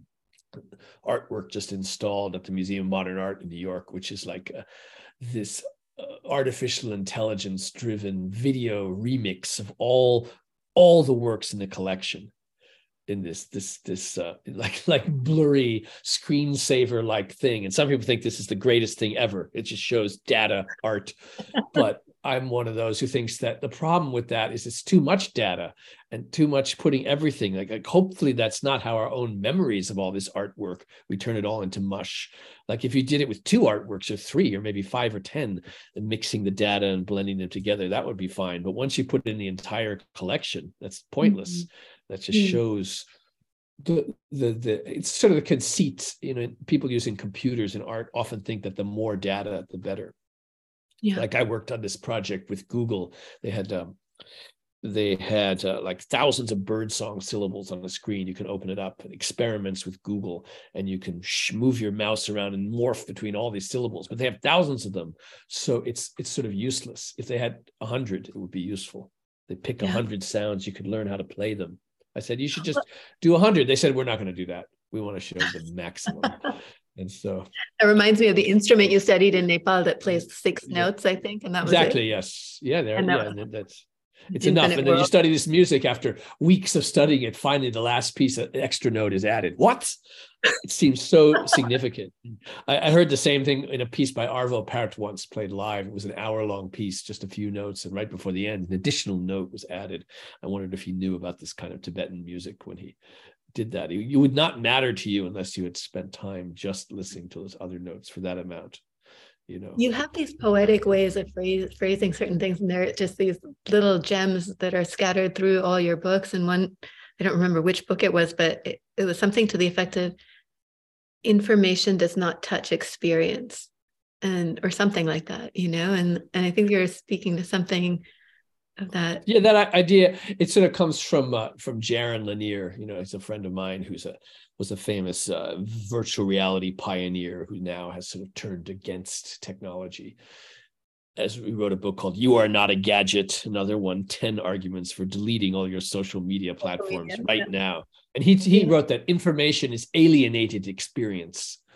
artwork just installed at the Museum of Modern Art in New York, which is like uh, this uh, artificial intelligence driven video remix of all, all the works in the collection. In this this this uh, like like blurry screensaver like thing, and some people think this is the greatest thing ever. It just shows data art, but I'm one of those who thinks that the problem with that is it's too much data and too much putting everything. Like, like hopefully that's not how our own memories of all this artwork, we turn it all into mush. Like if you did it with two artworks or three or maybe five or ten, and mixing the data and blending them together, that would be fine. But once you put in the entire collection, that's pointless. Mm-hmm. That just mm-hmm. shows the the the it's sort of the conceit. You know, people using computers in art often think that the more data, the better. Yeah. Like I worked on this project with Google. They had um, they had uh, like thousands of birdsong syllables on the screen. You can open it up and experiments with Google, and you can sh- move your mouse around and morph between all these syllables. But they have thousands of them, so it's it's sort of useless. If they had a hundred, it would be useful. They pick a yeah. hundred sounds. You could learn how to play them. I said you should just do a hundred. They said we're not going to do that. We want to show the maximum. And so that reminds me of the instrument you studied in Nepal that plays six yeah. notes, I think. And that was exactly, it. yes. Yeah, there. And yeah, and that's it's enough. And then world. You study this music after weeks of studying it. Finally, the last piece, of extra note is added. What? It seems so significant. I, I heard the same thing in a piece by Arvo Pärt once, played live. It was an hour-long piece, just a few notes, and right before the end, an additional note was added. I wondered if he knew about this kind of Tibetan music when he did that. It, it would not matter to you unless you had spent time just listening to those other notes for that amount. You know, you have these poetic ways of phrase, phrasing certain things, and they're just these little gems that are scattered through all your books. And one, I don't remember which book it was, but it, it was something to the effect of information does not touch experience, and or something like that, you know. And and I think you're speaking to something of that. Yeah, that idea, it sort of comes from uh, from Jaron Lanier. You know, he's a friend of mine who's a was a famous uh, virtual reality pioneer who now has sort of turned against technology. As we wrote a book called "You Are Not a Gadget," another one, ten arguments for deleting all your social media platforms oh, yeah, right yeah. now. And he he yeah. wrote that information is alienated experience.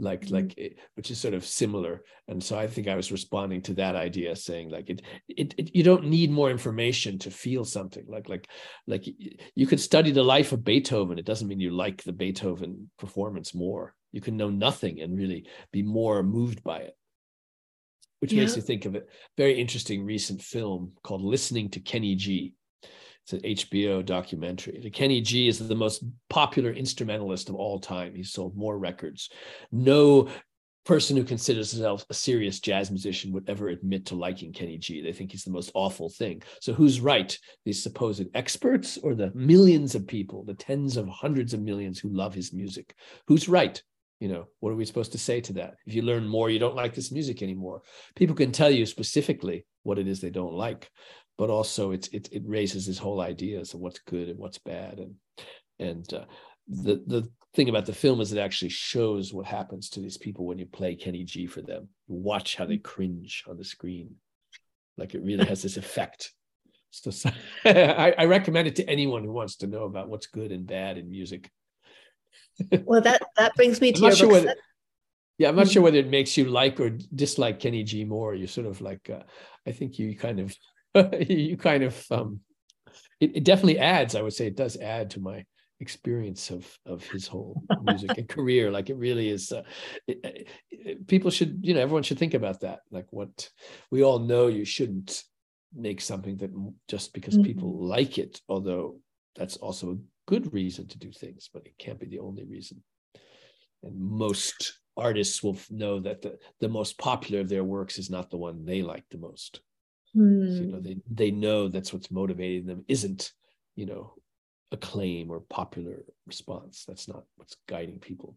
like Mm-hmm. like it, which is sort of similar. And so I think I was responding to that idea, saying like it, it, it you don't need more information to feel something. Like like like you could study the life of Beethoven. It doesn't mean you like the Beethoven performance more. You can know nothing and really be more moved by it. Which Yeah. makes me think of a very interesting recent film called Listening to Kenny G. It's an H B O documentary. The Kenny G is the most popular instrumentalist of all time. He's sold more records. No person who considers himself a serious jazz musician would ever admit to liking Kenny G. They think he's the most awful thing. So who's right? These supposed experts or the millions of people, the tens of hundreds of millions who love his music? Who's right? You know, what are we supposed to say to that? If you learn more, you don't like this music anymore. People can tell you specifically what it is they don't like. But also it's, it, it raises this whole ideas of what's good and what's bad. And, and uh, the, the thing about the film is it actually shows what happens to these people when you play Kenny G for them. You watch how they cringe on the screen. Like it really has this effect. So, so I, I recommend it to anyone who wants to know about what's good and bad in music. Well, that, that brings me to I'm your not sure book. whether, yeah, I'm not Mm-hmm. sure whether it makes you like or dislike Kenny G more. You're sort of like, uh, I think you kind of, you kind of, um, it, it definitely adds, I would say it does add to my experience of, of his whole music and career. Like it really is, uh, it, it, people should, you know, everyone should think about that. Like what we all know, you shouldn't make something that just because Mm-hmm. people like it, although that's also a good reason to do things, but it can't be the only reason. And most artists will know that the, the most popular of their works is not the one they like the most. Hmm. So, you know, they, they know that's what's motivating them isn't, you know, acclaim or popular response. That's not what's guiding people.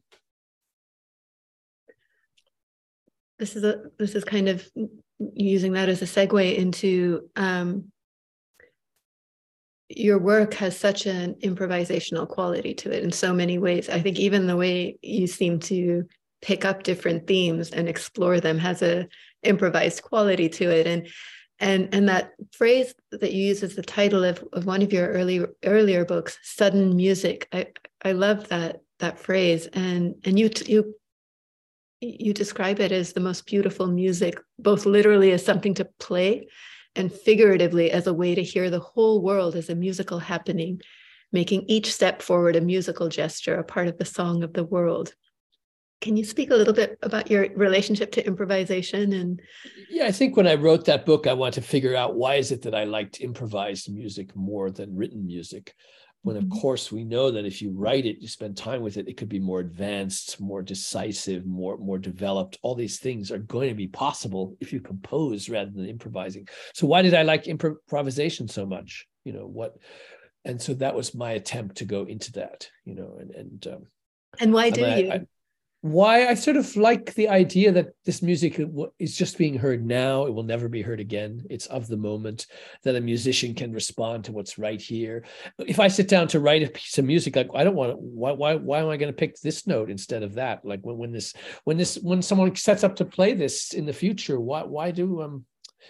This is a this is kind of using that as a segue into um, your work has such an improvisational quality to it in so many ways. I think even the way you seem to pick up different themes and explore them has a improvised quality to it. And and and that phrase that you use as the title of, of one of your early earlier books, sudden music. I I love that that phrase. And and you you you describe it as the most beautiful music, both literally as something to play and figuratively as a way to hear the whole world as a musical happening, making each step forward a musical gesture, a part of the song of the world. Can you speak a little bit about your relationship to improvisation? And yeah, I think when I wrote that book, I wanted to figure out why is it that I liked improvised music more than written music? When, of course, we know that if you write it, you spend time with it, it could be more advanced, more decisive, more, more developed. All these things are going to be possible if you compose rather than improvising. So why did I like improvisation so much? You know, what? And so that was my attempt to go into that, you know, and, and, um, and why do I, you? I, why I sort of like the idea that this music is just being heard now. It will never be heard again. It's of the moment, that a musician can respond to what's right here. If I sit down to write a piece of music, like I don't want to, why, why, why am I going to pick this note instead of that? Like when, when this, when this, when someone sets up to play this in the future, why, why do, um,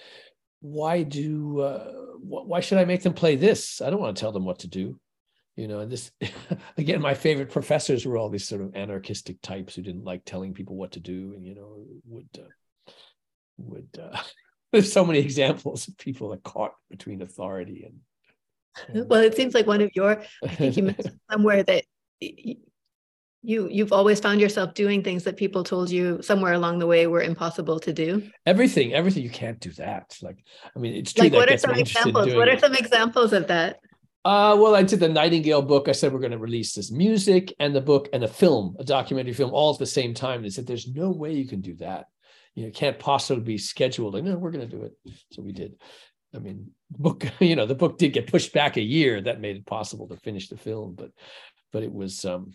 why do, uh, why should I make them play this? I don't want to tell them what to do. You know, and this, again, my favorite professors were all these sort of anarchistic types who didn't like telling people what to do, and, you know, would, uh, would, uh, there's so many examples of people that caught between authority and. and well, it seems like one of your, I think you mentioned somewhere that you, you've always found yourself doing things that people told you somewhere along the way were impossible to do. Everything, everything, you can't do that. Like, I mean, it's true like, that what are gets some me interested in examples? doing What are it. some examples of that? Uh, well, I did the Nightingale book. I said we're going to release this music and the book and a film, a documentary film, all at the same time. They said there's no way you can do that. You know, it can't possibly be scheduled. Like, no, we're going to do it. So we did. I mean, book. You know, the book did get pushed back a year. That made it possible to finish the film. But, but it was. Um,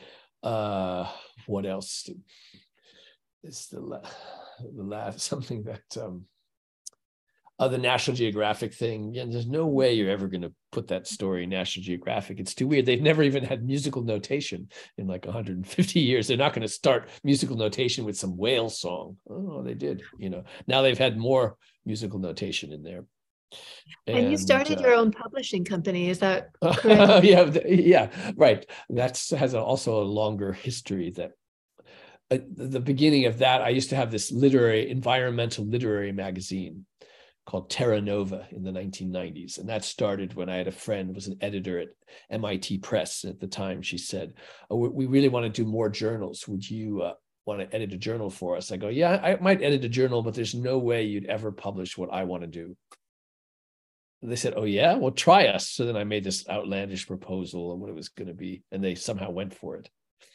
uh, what else? It's the la- the last something that. Um, Uh, the National Geographic thing. Yeah, there's no way you're ever going to put that story in National Geographic. It's too weird. They've never even had musical notation in like one hundred fifty years. They're not going to start musical notation with some whale song. Oh, they did. You know, now they've had more musical notation in there. And, and you started uh, your own publishing company. Is that correct? yeah, yeah, right. That's has a, also a longer history that uh, the beginning of that, I used to have this literary, environmental literary magazine called Terra Nova in the nineteen nineties. And that started when I had a friend who was an editor at M I T Press. At the time, she said, oh, we really want to do more journals. Would you uh, want to edit a journal for us? I go, yeah, I might edit a journal, but there's no way you'd ever publish what I want to do. And they said, oh, yeah, well, try us. So then I made this outlandish proposal of what it was going to be. And they somehow went for it.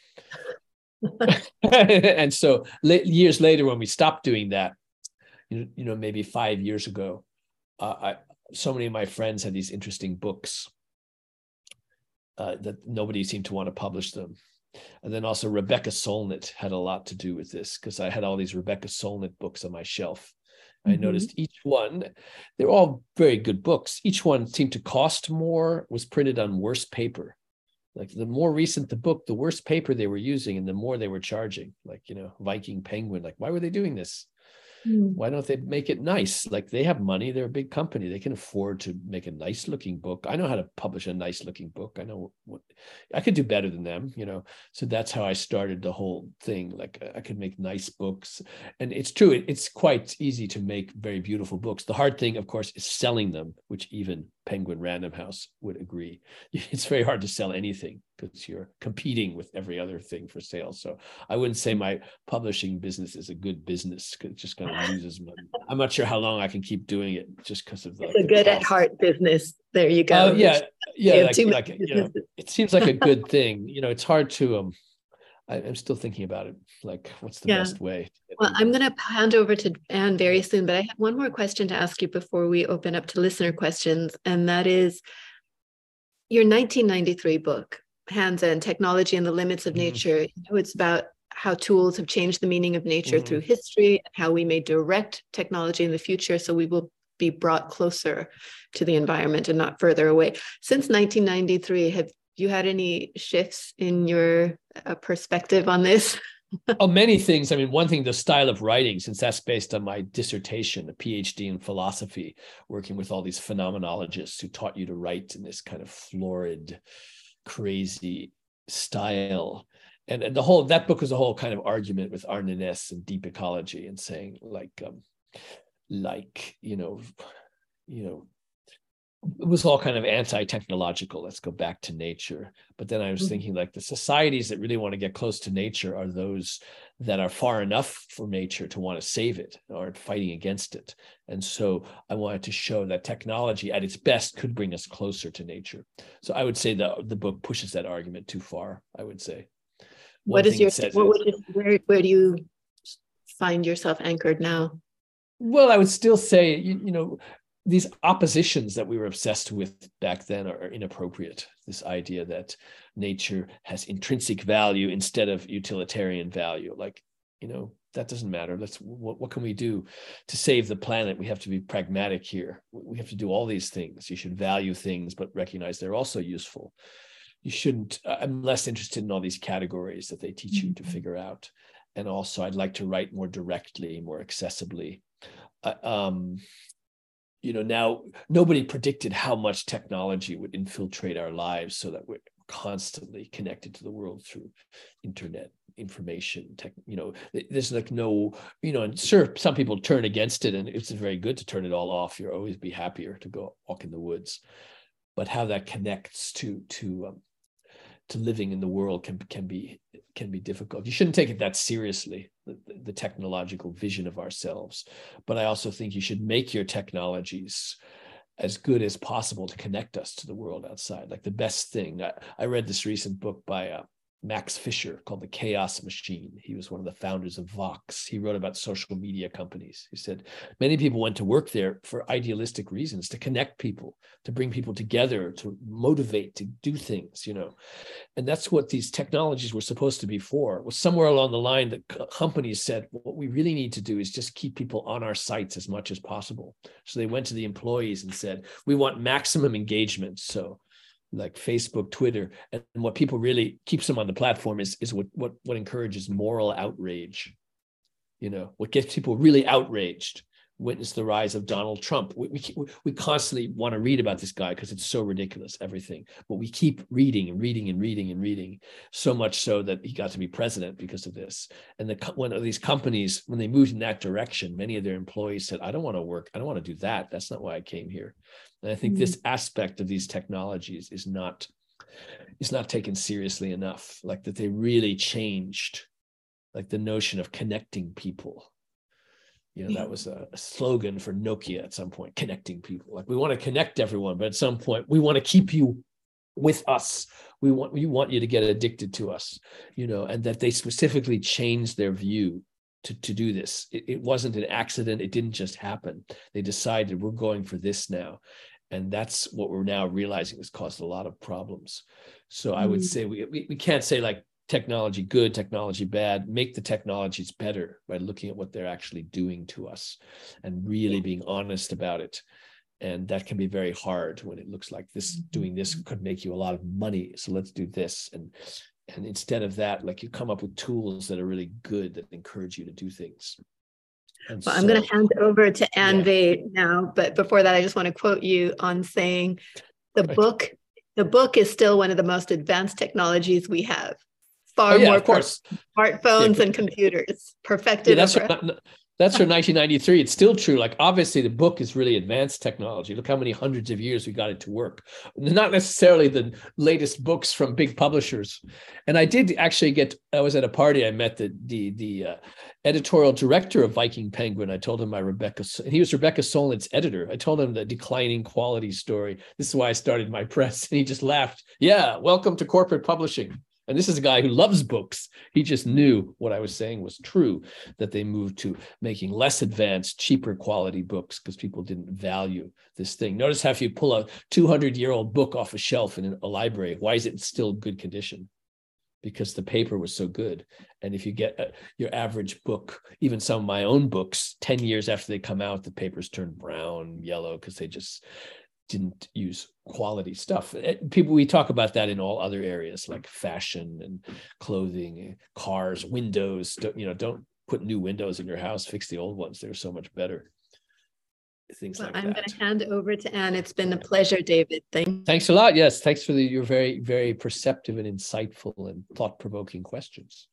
And so years later, when we stopped doing that, you know, you know maybe five years ago, uh, I, so many of my friends had these interesting books uh, that nobody seemed to want to publish them. And then also Rebecca Solnit had a lot to do with this, because I had all these Rebecca Solnit books on my shelf. Mm-hmm. I noticed each one, they're all very good books. Each one seemed to cost more, was printed on worse paper. Like the more recent the book, the worse paper they were using and the more they were charging. Like, you know, Viking Penguin, like, why were they doing this? Why don't they make it nice? Like, they have money. They're a big company. They can afford to make a nice looking book. I know how to publish a nice looking book. I know what I could do better than them, you know? So that's how I started the whole thing. Like, I could make nice books. And it's true. It, it's quite easy to make very beautiful books. The hard thing, of course, is selling them, which even Penguin Random House would agree. It's very hard to sell anything because you're competing with every other thing for sale. So I wouldn't say my publishing business is a good business, because it just kind of loses money. I'm not sure how long I can keep doing it, just because of the, it's a the good cost. At heart business. There you go. Uh, yeah, yeah. Like, like, like you know, it seems like a good thing. You know, it's hard to. Um, I, I'm still thinking about it. Like, what's the yeah. best way? Well, I'm going to hand over to Anne very soon, but I have one more question to ask you before we open up to listener questions, and that is your nineteen ninety-three book, Hands On: Technology and the Limits of mm-hmm. Nature. You know, it's about how tools have changed the meaning of nature mm-hmm. through history, how we may direct technology in the future so we will be brought closer to the environment and not further away. Since nineteen ninety-three, have you had any shifts in your uh, perspective on this? Oh, many things. I mean, one thing, the style of writing, since that's based on my dissertation, a PhD in philosophy, working with all these phenomenologists who taught you to write in this kind of florid, crazy style. And, and the whole, that book was a whole kind of argument with Arne Næss and deep ecology, and saying like, um, like, you know, you know, it was all kind of anti-technological. Let's go back to nature. But then I was mm-hmm. thinking, like, the societies that really want to get close to nature are those that are far enough from nature to want to save it, aren't fighting against it. And so I wanted to show that technology at its best could bring us closer to nature. So I would say that the book pushes that argument too far, I would say. One what is your, what would is, you, where, where do you find yourself anchored now? Well, I would still say, you, you know, these oppositions that we were obsessed with back then are inappropriate. This idea that nature has intrinsic value instead of utilitarian value. Like, you know, that doesn't matter. Let's, what, what can we do to save the planet? We have to be pragmatic here. We have to do all these things. You should value things, but recognize they're also useful. You shouldn't, I'm less interested in all these categories that they teach you to figure out. And also, I'd like to write more directly, more accessibly. Uh, um, you know, now nobody predicted how much technology would infiltrate our lives so that we're constantly connected to the world through internet information. Tech, you know, there's like no, you know, and sure, some people turn against it, and it's very good to turn it all off. You'll always be happier to go walk in the woods. But how that connects to to um, to living in the world can can be can be difficult. You shouldn't take it that seriously, the, the technological vision of ourselves. But I also think you should make your technologies as good as possible to connect us to the world outside. Like the best thing. I, I read this recent book by uh, Max Fisher called The Chaos Machine. He was one of the founders of Vox. He wrote about social media companies. He said many people went to work there for idealistic reasons, to connect people, to bring people together, to motivate, to do things, you know. And that's what these technologies were supposed to be for. It was somewhere along the line that companies said, what we really need to do is just keep people on our sites as much as possible. So they went to the employees and said, we want maximum engagement. So like Facebook, Twitter, and what people really keeps them on the platform is, is what, what, what encourages moral outrage. You know, what gets people really outraged, witnessed the rise of Donald Trump. We, we, we constantly want to read about this guy because it's so ridiculous, everything. But we keep reading and reading and reading and reading, so much so that he got to be president because of this. And the one of these companies, when they moved in that direction, many of their employees said, I don't want to work. I don't want to do that. That's not why I came here. And I think mm-hmm. this aspect of these technologies is not, is not taken seriously enough, like that they really changed, like the notion of connecting people. You know, that was a, a slogan for Nokia at some point, connecting people. Like, we want to connect everyone, but at some point we want to keep you with us. We want, we want you to get addicted to us, you know, and that they specifically changed their view to, to do this. It, it wasn't an accident. It didn't just happen. They decided we're going for this now. And that's what we're now realizing has caused a lot of problems. So mm. I would say we, we, we can't say like, technology good, technology bad. Make the technologies better by looking at what they're actually doing to us and really being honest about it. And that can be very hard when it looks like this, doing this could make you a lot of money. So let's do this. And, and instead of that, like, you come up with tools that are really good, that encourage you to do things. And well, so, I'm going to hand over to Anne yeah. Veit now. But before that, I just want to quote you on saying the right. book, the book is still one of the most advanced technologies we have. Far oh, yeah, more of course. Smartphones yeah, and computers perfected. Yeah, that's her, that's her nineteen ninety-three. It's still true. Like, obviously, the book is really advanced technology. Look how many hundreds of years we got it to work. Not necessarily the latest books from big publishers. And I did actually get. I was at a party. I met the the the uh, editorial director of Viking Penguin. I told him my Rebecca. He was Rebecca Solnit's editor. I told him the declining quality story. This is why I started my press, and he just laughed. Yeah, welcome to corporate publishing. And this is a guy who loves books. He just knew what I was saying was true, that they moved to making less advanced, cheaper quality books because people didn't value this thing. Notice how if you pull a two hundred year old book off a shelf in a library, why is it still good condition? Because the paper was so good. And if you get a, your average book, even some of my own books, ten years after they come out, the papers turn brown, yellow, because they just didn't use quality stuff. People, we talk about that in all other areas like fashion and clothing, cars, windows. Don't, you know, don't put new windows in your house, fix the old ones. They're so much better. Things well, like I'm that. going to hand over to Anne. It's been a pleasure, David. Thank Thanks a lot. Yes, thanks for the your very, very perceptive and insightful and thought-provoking questions.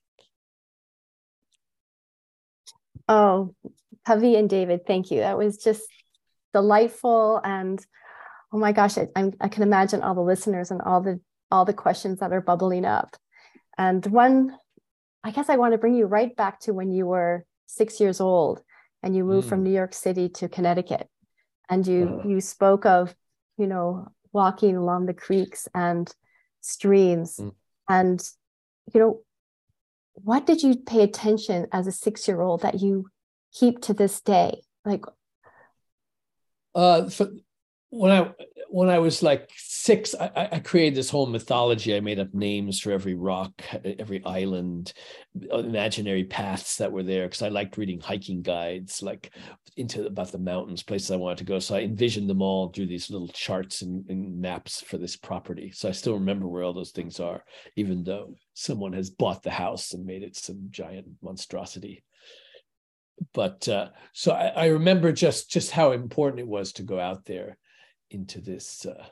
Oh, Pavi and David, thank you. That was just delightful. And oh my gosh, I, I'm, I can imagine all the listeners and all the all the questions that are bubbling up. And one, I guess I want to bring you right back to when you were six years old and you moved mm. from New York City to Connecticut. And you uh. you spoke of, you know, walking along the creeks and streams. Mm. And, you know, what did you pay attention as a six-year-old that you keep to this day? Like, uh, for, when I when I was like six, I, I created this whole mythology. I made up names for every rock, every island, imaginary paths that were there because I liked reading hiking guides, like into about the mountains, places I wanted to go. So I envisioned them all, drew these little charts and, and maps for this property. So I still remember where all those things are, even though someone has bought the house and made it some giant monstrosity. But uh, so I, I remember just just how important it was to go out there into this, uh,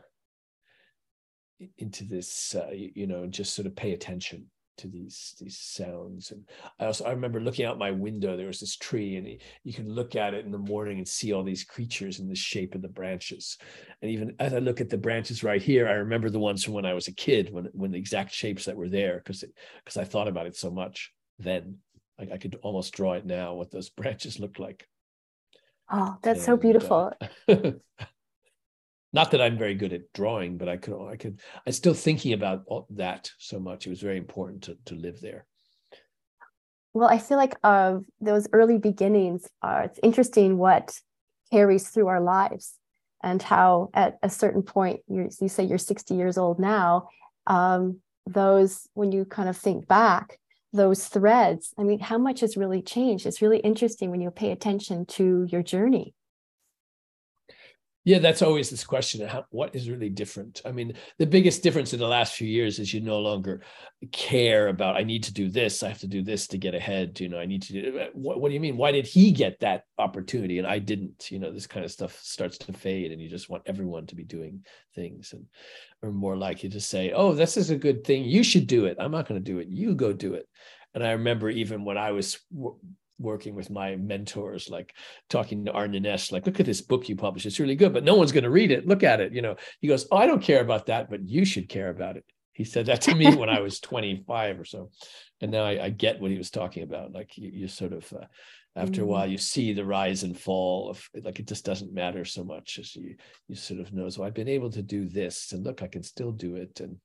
into this, uh, you, you know, just sort of pay attention to these these sounds. And I also I remember looking out my window. There was this tree, and it, you can look at it in the morning and see all these creatures in the shape of the branches. And even as I look at the branches right here, I remember the ones from when I was a kid, when when the exact shapes that were there, because because I thought about it so much then. I could almost draw it now, what those branches look like. Oh, that's and, so beautiful. Uh, not that I'm very good at drawing, but I could, I could, I'm still thinking about all that so much. It was very important to, to live there. Well, I feel like of uh, those early beginnings, uh, it's interesting what carries through our lives and how at a certain point, you're, you say you're sixty years old now, um, those, when you kind of think back, those threads, I mean, how much has really changed? It's really interesting when you pay attention to your journey. Yeah, that's always this question of how, what is really different. I mean, the biggest difference in the last few years is you no longer care about, I need to do this, I have to do this to get ahead. You know, I need to do, what, what do you mean? Why did he get that opportunity and I didn't? You know, this kind of stuff starts to fade, and you just want everyone to be doing things, and or more likely to say, oh, this is a good thing, you should do it. I'm not going to do it, you go do it. And I remember even when I was working with my mentors, like talking to Arne Naess, like, look at this book you published, it's really good, but no one's going to read it. Look at it. You know, he goes, oh, I don't care about that, but you should care about it. He said that to me when I was twenty-five or so. And now I, I get what he was talking about. Like you, you sort of, uh, after mm-hmm. a while, you see the rise and fall of, like, it just doesn't matter so much as you, you sort of know, so I've been able to do this, and look, I can still do it. And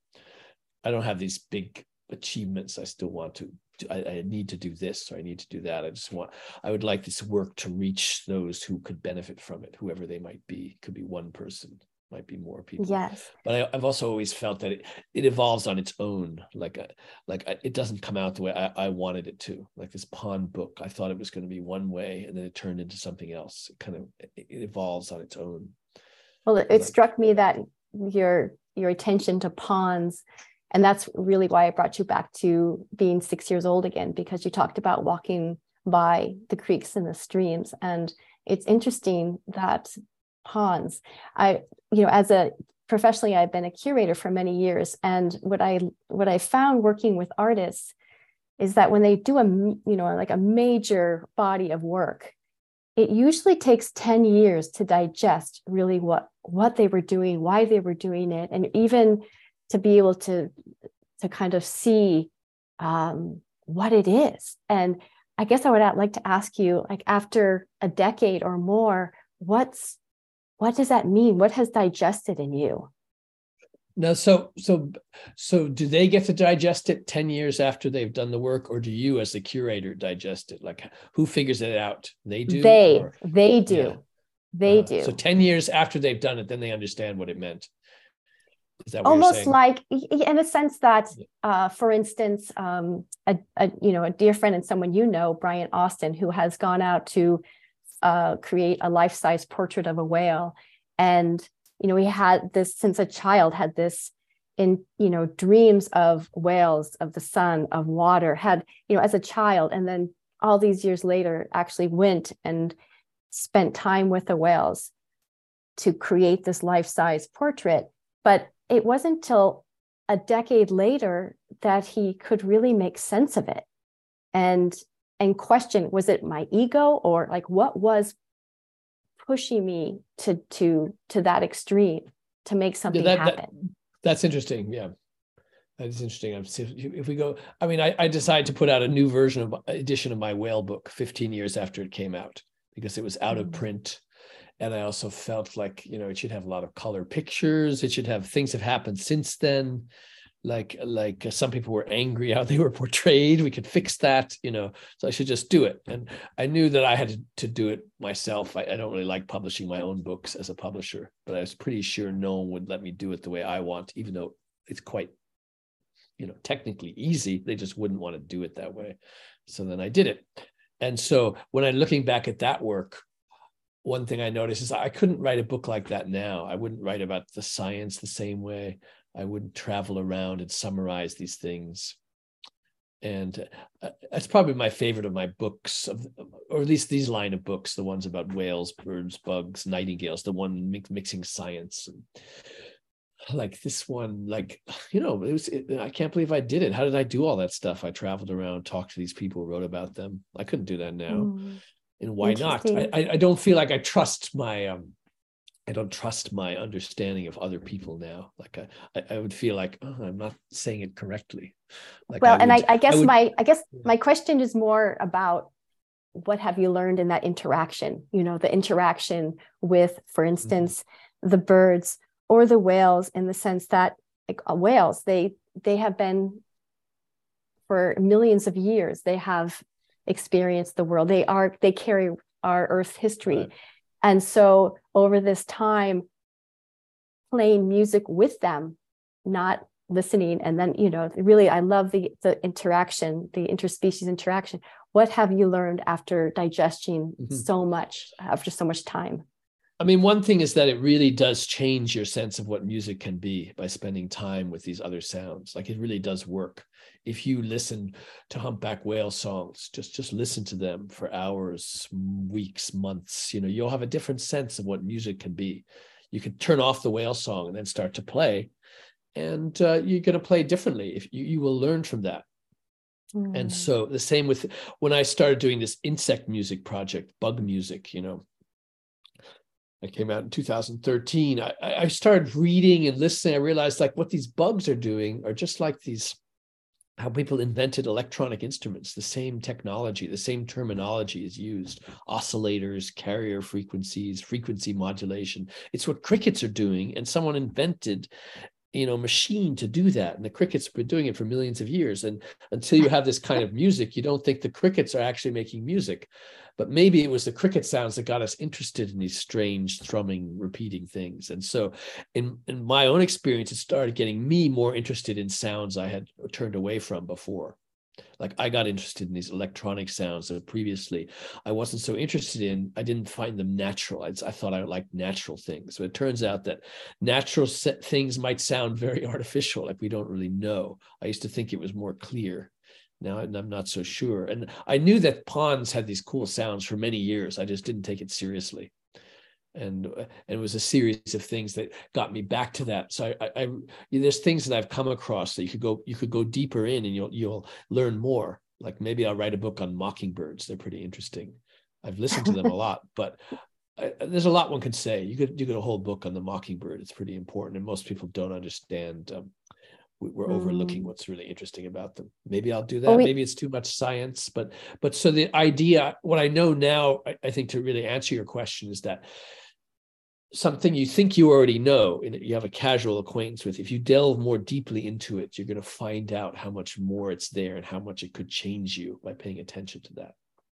I don't have these big achievements. I still want to, I, I need to do this, or I need to do that. I just want, I would like this work to reach those who could benefit from it, whoever they might be. It could be one person, might be more people. Yes. But I, I've also always felt that it, it evolves on its own. Like, a, like a, it doesn't come out the way I, I wanted it to. Like this pond book, I thought it was going to be one way, and then it turned into something else. It kind of, it, it evolves on its own. Well, it, it struck me that your, your attention to ponds, and that's really why I brought you back to being six years old again, because you talked about walking by the creeks and the streams. And it's interesting that ponds, I, you know, as a professionally, I've been a curator for many years. And what I, what I found working with artists is that when they do a, you know, like a major body of work, it usually takes ten years to digest really what, what they were doing, why they were doing it. And even to be able to, to kind of see um, what it is. And I guess I would like to ask you, like, after a decade or more, what's, what does that mean? What has digested in you? No, so, so, so do they get to digest it ten years after they've done the work, or do you as the curator digest it? Like, who figures it out? They do? They, or? they do. Yeah. They uh, do. So ten years after they've done it, then they understand what it meant. Is that what almost like, in a sense that, uh, for instance, um, a, a you know a dear friend and someone you know, Brian Austin, who has gone out to uh, create a life-size portrait of a whale, and you know he had this since a child, had this in you know dreams of whales, of the sun, of water, had you know as a child, and then all these years later actually went and spent time with the whales to create this life-size portrait, but it wasn't till a decade later that he could really make sense of it and and question, was it my ego, or like what was pushing me to to to that extreme to make something yeah, that, happen? That, that's interesting. Yeah, that is interesting. If we go, I mean, I, I decided to put out a new version of edition of my whale book fifteen years after it came out, because it was out mm-hmm. of print. And I also felt like, you know, it should have a lot of color pictures. It should have things have happened since then. Like, like uh, some people were angry how they were portrayed. We could fix that, you know, so I should just do it. And I knew that I had to, to do it myself. I, I don't really like publishing my own books as a publisher, but I was pretty sure no one would let me do it the way I want, even though it's quite, you know, technically easy. They just wouldn't want to do it that way. So then I did it. And so when I'm looking back at that work, one thing I noticed is I couldn't write a book like that now. I wouldn't write about the science the same way. I wouldn't travel around and summarize these things. And uh, that's probably my favorite of my books, of, or at least these line of books, the ones about whales, birds, bugs, nightingales, the one mix, mixing science. And like this one, like, you know, it was, it, I can't believe I did it. How did I do all that stuff? I traveled around, talked to these people, wrote about them. I couldn't do that now. Mm. And why not? I, I don't feel like I trust my, um, I don't trust my understanding of other people now. Like I, I would feel like, oh, I'm not saying it correctly. Like well, I would, and I, I guess I would, my, I guess my question is more about what have you learned in that interaction? You know, the interaction with, for instance, mm-hmm. the birds or the whales, in the sense that like uh, whales, they they have been for millions of years. They have experience the world. They are, they carry our Earth history. Right. And so over this time, playing music with them, not listening. And then, you know, really, I love the, the interaction, the interspecies interaction. What have you learned after digesting mm-hmm. so much, after so much time? I mean, one thing is that it really does change your sense of what music can be by spending time with these other sounds. Like it really does work. If you listen to humpback whale songs, just, just listen to them for hours, weeks, months, you know, you'll have a different sense of what music can be. You can turn off the whale song and then start to play, and uh, you're going to play differently. If you, you will learn from that. Mm. And so the same with when I started doing this insect music project, bug music, you know, I came out in two thousand thirteen. I, I started reading and listening. I realized like what these bugs are doing are just like these, how people invented electronic instruments. The same technology, the same terminology is used. Oscillators, carrier frequencies, frequency modulation. It's what crickets are doing. And someone invented, you know, machine to do that. And the crickets have been doing it for millions of years. And until you have this kind of music, you don't think the crickets are actually making music. But maybe it was the cricket sounds that got us interested in these strange thrumming, repeating things. And so in, in my own experience, it started getting me more interested in sounds I had turned away from before. Like I got interested in these electronic sounds that previously I wasn't so interested in. I didn't find them natural. I, I thought I liked natural things. But it turns out that natural things might sound very artificial, like we don't really know. I used to think it was more clear. Now I'm not so sure. And I knew that ponds had these cool sounds for many years. I just didn't take it seriously. And, and it was a series of things that got me back to that. So I, I, I there's things that I've come across that you could go you could go deeper in, and you'll you'll learn more. Like maybe I'll write a book on mockingbirds. They're pretty interesting. I've listened to them a lot, but I, there's a lot one could say. You could you could a whole book on the mockingbird. It's pretty important, and most people don't understand. Um, we're overlooking mm. what's really interesting about them. Maybe I'll do that. Oh, Maybe it's too much science, but but so the idea, what I know now, I, I think to really answer your question is that something you think you already know and you have a casual acquaintance with, if you delve more deeply into it, you're going to find out how much more it's there and how much it could change you by paying attention to that.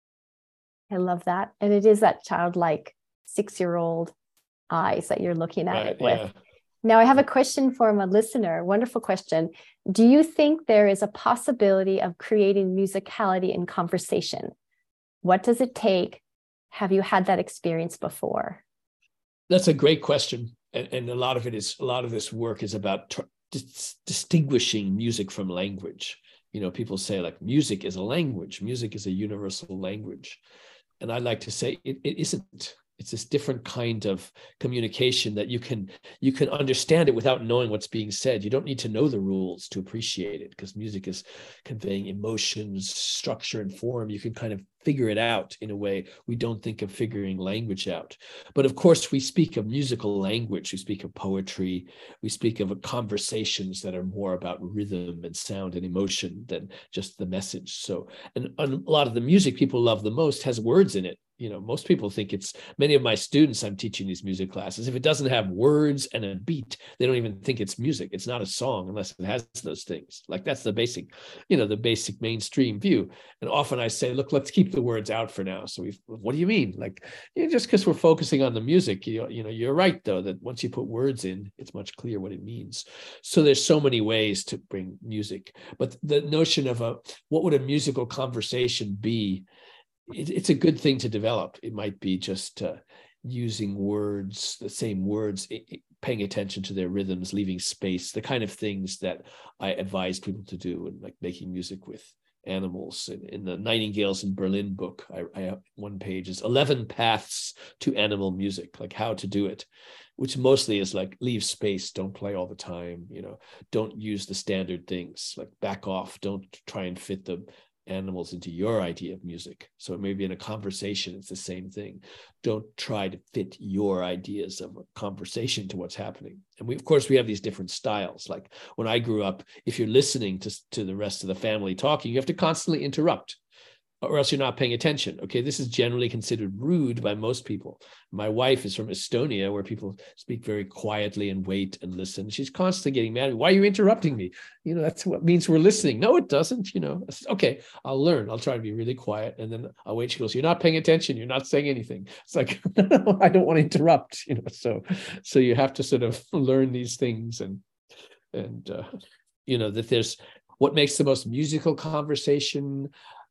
I love that. And it is that childlike six-year-old eyes that you're looking at right, it with. Yeah. Now I have a question from a listener, wonderful question. Do you think there is a possibility of creating musicality in conversation? What does it take? Have you had that experience before? That's a great question. And, and a lot of it is, a lot of this work is about tr- dis- distinguishing music from language. You know, people say like music is a language, music is a universal language. And I like to say it, it isn't. It's this different kind of communication that you can you can understand it without knowing what's being said. You don't need to know the rules to appreciate it, because music is conveying emotions, structure, and form. You can kind of figure it out in a way we don't think of figuring language out. But of course, we speak of musical language. We speak of poetry. We speak of conversations that are more about rhythm and sound and emotion than just the message. So, and, and a lot of the music people love the most has words in it. You know, most people think it's, many of my students I'm teaching these music classes, if it doesn't have words and a beat, they don't even think it's music. It's not a song unless it has those things. Like that's the basic, you know, the basic mainstream view. And often I say, look, let's keep the words out for now. So we, what do you mean? Like, you know, just because we're focusing on the music, you know, you know, you're right though, that once you put words in, it's much clearer what it means. So there's so many ways to bring music, but the notion of a, what would a musical conversation be? It's a good thing to develop. It might be just uh, using words, the same words, paying attention to their rhythms, leaving space, the kind of things that I advise people to do, and like making music with animals. In, in the Nightingales in Berlin book, I, I have one page is eleven paths to animal music, like how to do it, which mostly is like leave space, don't play all the time, you know, don't use the standard things, like back off, don't try and fit the animals into your idea of music. So maybe in a conversation, it's the same thing. Don't try to fit your ideas of a conversation to what's happening. And we, of course, we have these different styles. Like when I grew up, if you're listening to, to the rest of the family talking, you have to constantly interrupt, or else you're not paying attention. Okay, this is generally considered rude by most people. My wife is from Estonia, where people speak very quietly and wait and listen. She's constantly getting mad. Why are you interrupting me? You know, that's what means we're listening. No, it doesn't. You know, okay, I'll learn. I'll try to be really quiet. And then I'll wait. She goes, you're not paying attention. You're not saying anything. It's like, I don't want to interrupt, you know, so, so you have to sort of learn these things, and, and, uh, you know, that there's what makes the most musical conversation.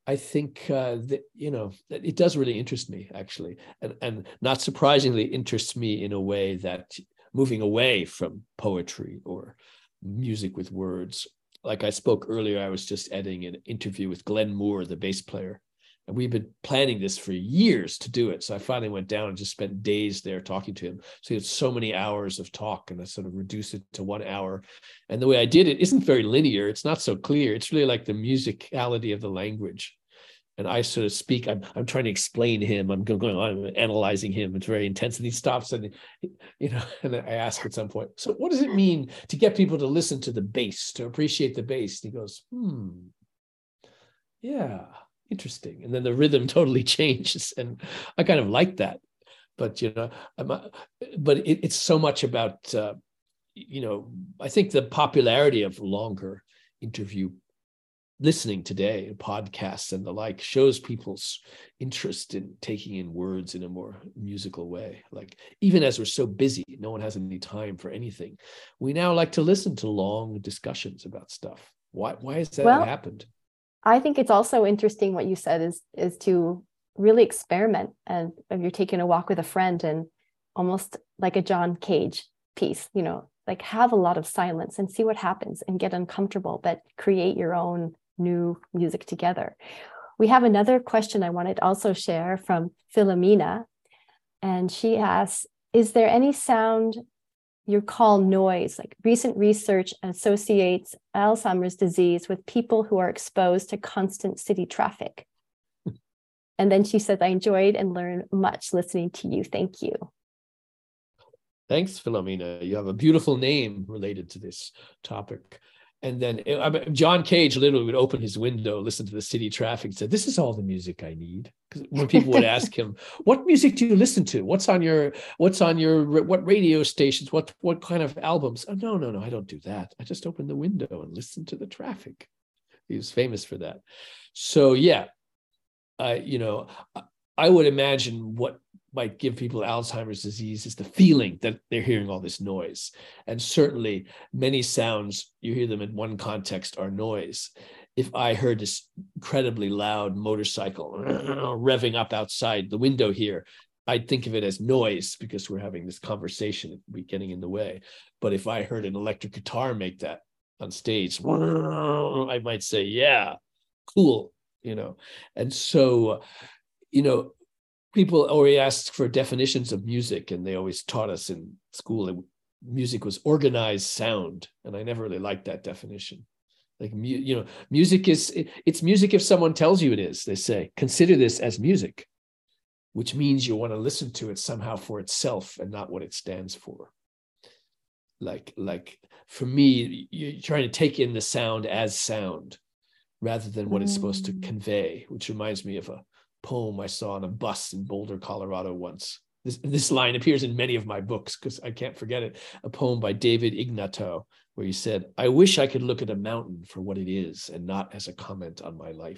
I think uh, that, you know, that it does really interest me, actually. And, and not surprisingly interests me in a way that moving away from poetry or music with words. Like I spoke earlier, I was just editing an interview with Glenn Moore, the bass player. And we've been planning this for years to do it. So I finally went down and just spent days there talking to him. So he had so many hours of talk, and I sort of reduced it to one hour. And the way I did it isn't very linear. It's not so clear. It's really like the musicality of the language. And I sort of speak, I'm, I'm trying to explain him. I'm going on I'm analyzing him. It's very intense. And he stops and, you know, and I ask at some point, so what does it mean to get people to listen to the bass, to appreciate the bass? And he goes, hmm, yeah. Interesting. And then the rhythm totally changes. And I kind of like that. But, you know, I'm, but it, it's so much about, uh, you know, I think the popularity of longer interview listening today, podcasts and the like, shows people's interest in taking in words in a more musical way. Like, even as we're so busy, no one has any time for anything. We now like to listen to long discussions about stuff. Why, why has that well, happened? I think it's also interesting what you said is, is to really experiment. And if you're taking a walk with a friend, and almost like a John Cage piece, you know, like have a lot of silence and see what happens and get uncomfortable, but create your own new music together. We have another question I wanted to also share from Philomena. And she asks, is there any sound you call noise? Like, recent research associates Alzheimer's disease with people who are exposed to constant city traffic. And then she says, I enjoyed and learned much listening to you. Thank you. Thanks, Philomena. You have a beautiful name related to this topic. And then I mean, John Cage literally would open his window, listen to the city traffic, and say, this is all the music I need. Because when people would ask him, what music do you listen to? What's on your, what's on your, what radio stations? What, what kind of albums? Oh, no, no, no, I don't do that. I just open the window and listen to the traffic. He was famous for that. So yeah, I, you know, I would imagine what might give people Alzheimer's disease is the feeling that they're hearing all this noise. And certainly many sounds, you hear them in one context, are noise. If I heard this incredibly loud motorcycle revving up outside the window here, I'd think of it as noise because we're having this conversation, it'd be getting in the way. But if I heard an electric guitar make that on stage, I might say, yeah, cool, you know. And so, you know, people always ask for definitions of music, and they always taught us in school that music was organized sound, and I never really liked that definition. Like, you know, music is, it's music if someone tells you it is. They say, consider this as music, which means you want to listen to it somehow for itself and not what it stands for. Like, like for me, you're trying to take in the sound as sound rather than what mm. it's supposed to convey, which reminds me of a poem I saw on a bus in Boulder, Colorado once. This, this line appears in many of my books because I can't forget it. A poem by David Ignato, where he said, I wish I could look at a mountain for what it is and not as a comment on my life.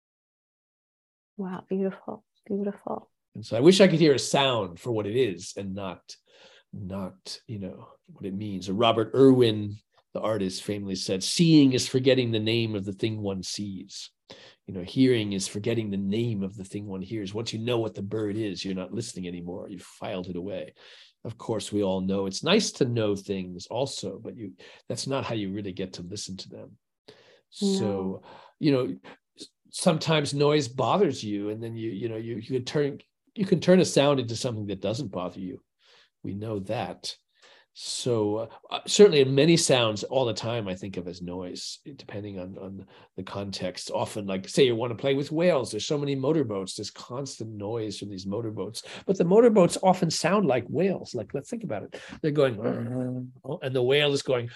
Wow, beautiful, beautiful. And so I wish I could hear a sound for what it is and not, not, you know, what it means. Or Robert Irwin, the artist, famously said, seeing is forgetting the name of the thing one sees. You know, hearing is forgetting the name of the thing one hears. Once you know what the bird is, you're not listening anymore. You've filed it away. Of course, we all know it's nice to know things also, but you that's not how you really get to listen to them. No. So, you know, sometimes noise bothers you, and then you, you know, you, you can turn you can turn a sound into something that doesn't bother you. We know that. So uh, certainly in many sounds all the time, I think of as noise, depending on, on the context. Often, like, say you want to play with whales, there's so many motorboats, there's constant noise from these motorboats, but the motorboats often sound like whales. Like, let's think about it. They're going, and the whale is going,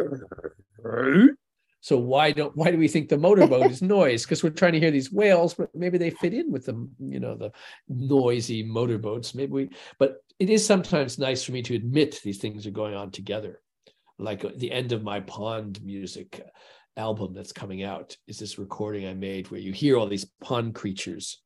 so why don't why do we think the motorboat is noise? Because we're trying to hear these whales, but maybe they fit in with the, you know, the noisy motorboats. Maybe we, but it is sometimes nice for me to admit these things are going on together. Like the End of My Pond music album that's coming out is this recording I made where you hear all these pond creatures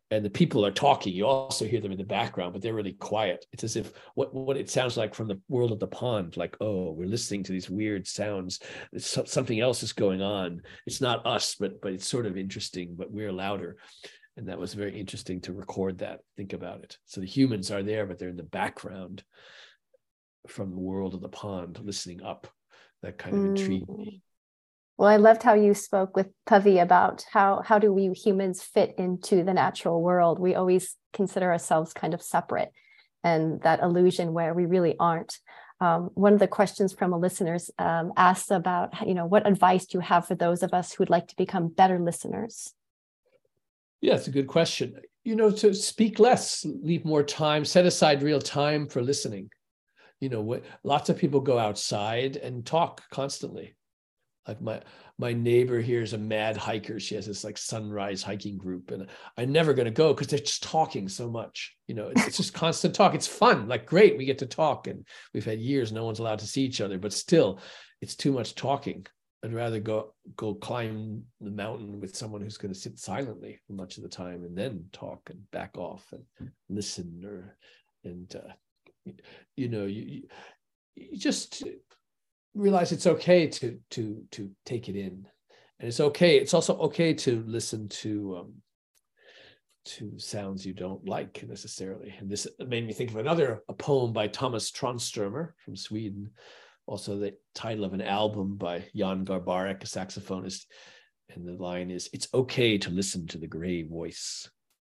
and the people are talking. You also hear them in the background, but they're really quiet. It's as if what, what it sounds like from the world of the pond, like, oh, we're listening to these weird sounds. It's, something else is going on. It's not us, but but it's sort of interesting, but we're louder. And that was very interesting to record that, think about it. So the humans are there, but they're in the background from the world of the pond, listening up. That kind of mm. intrigued me. Well, I loved how you spoke with Pavi about how, how do we humans fit into the natural world? We always consider ourselves kind of separate, and that illusion where we really aren't. Um, one of the questions from a listeners um, asked about, you know, what advice do you have for those of us who would like to become better listeners? Yeah, it's a good question. You know, to speak less, leave more time, set aside real time for listening. You know, what, lots of people go outside and talk constantly. Like my my neighbor here is a mad hiker. She has this like sunrise hiking group, and I'm never going to go because they're just talking so much. You know, it's, it's just constant talk. It's fun, like great, we get to talk, and we've had years no one's allowed to see each other, but still, it's too much talking. I'd rather go go climb the mountain with someone who's going to sit silently for much of the time and then talk and back off and listen, or and uh, you know you you just realize it's okay to to to take it in, and it's okay. It's also okay to listen to um, to sounds you don't like necessarily. And this made me think of another a poem by Thomas Tranströmer from Sweden, also the title of an album by Jan Garbarek, a saxophonist. And the line is, "It's okay to listen to the gray voice."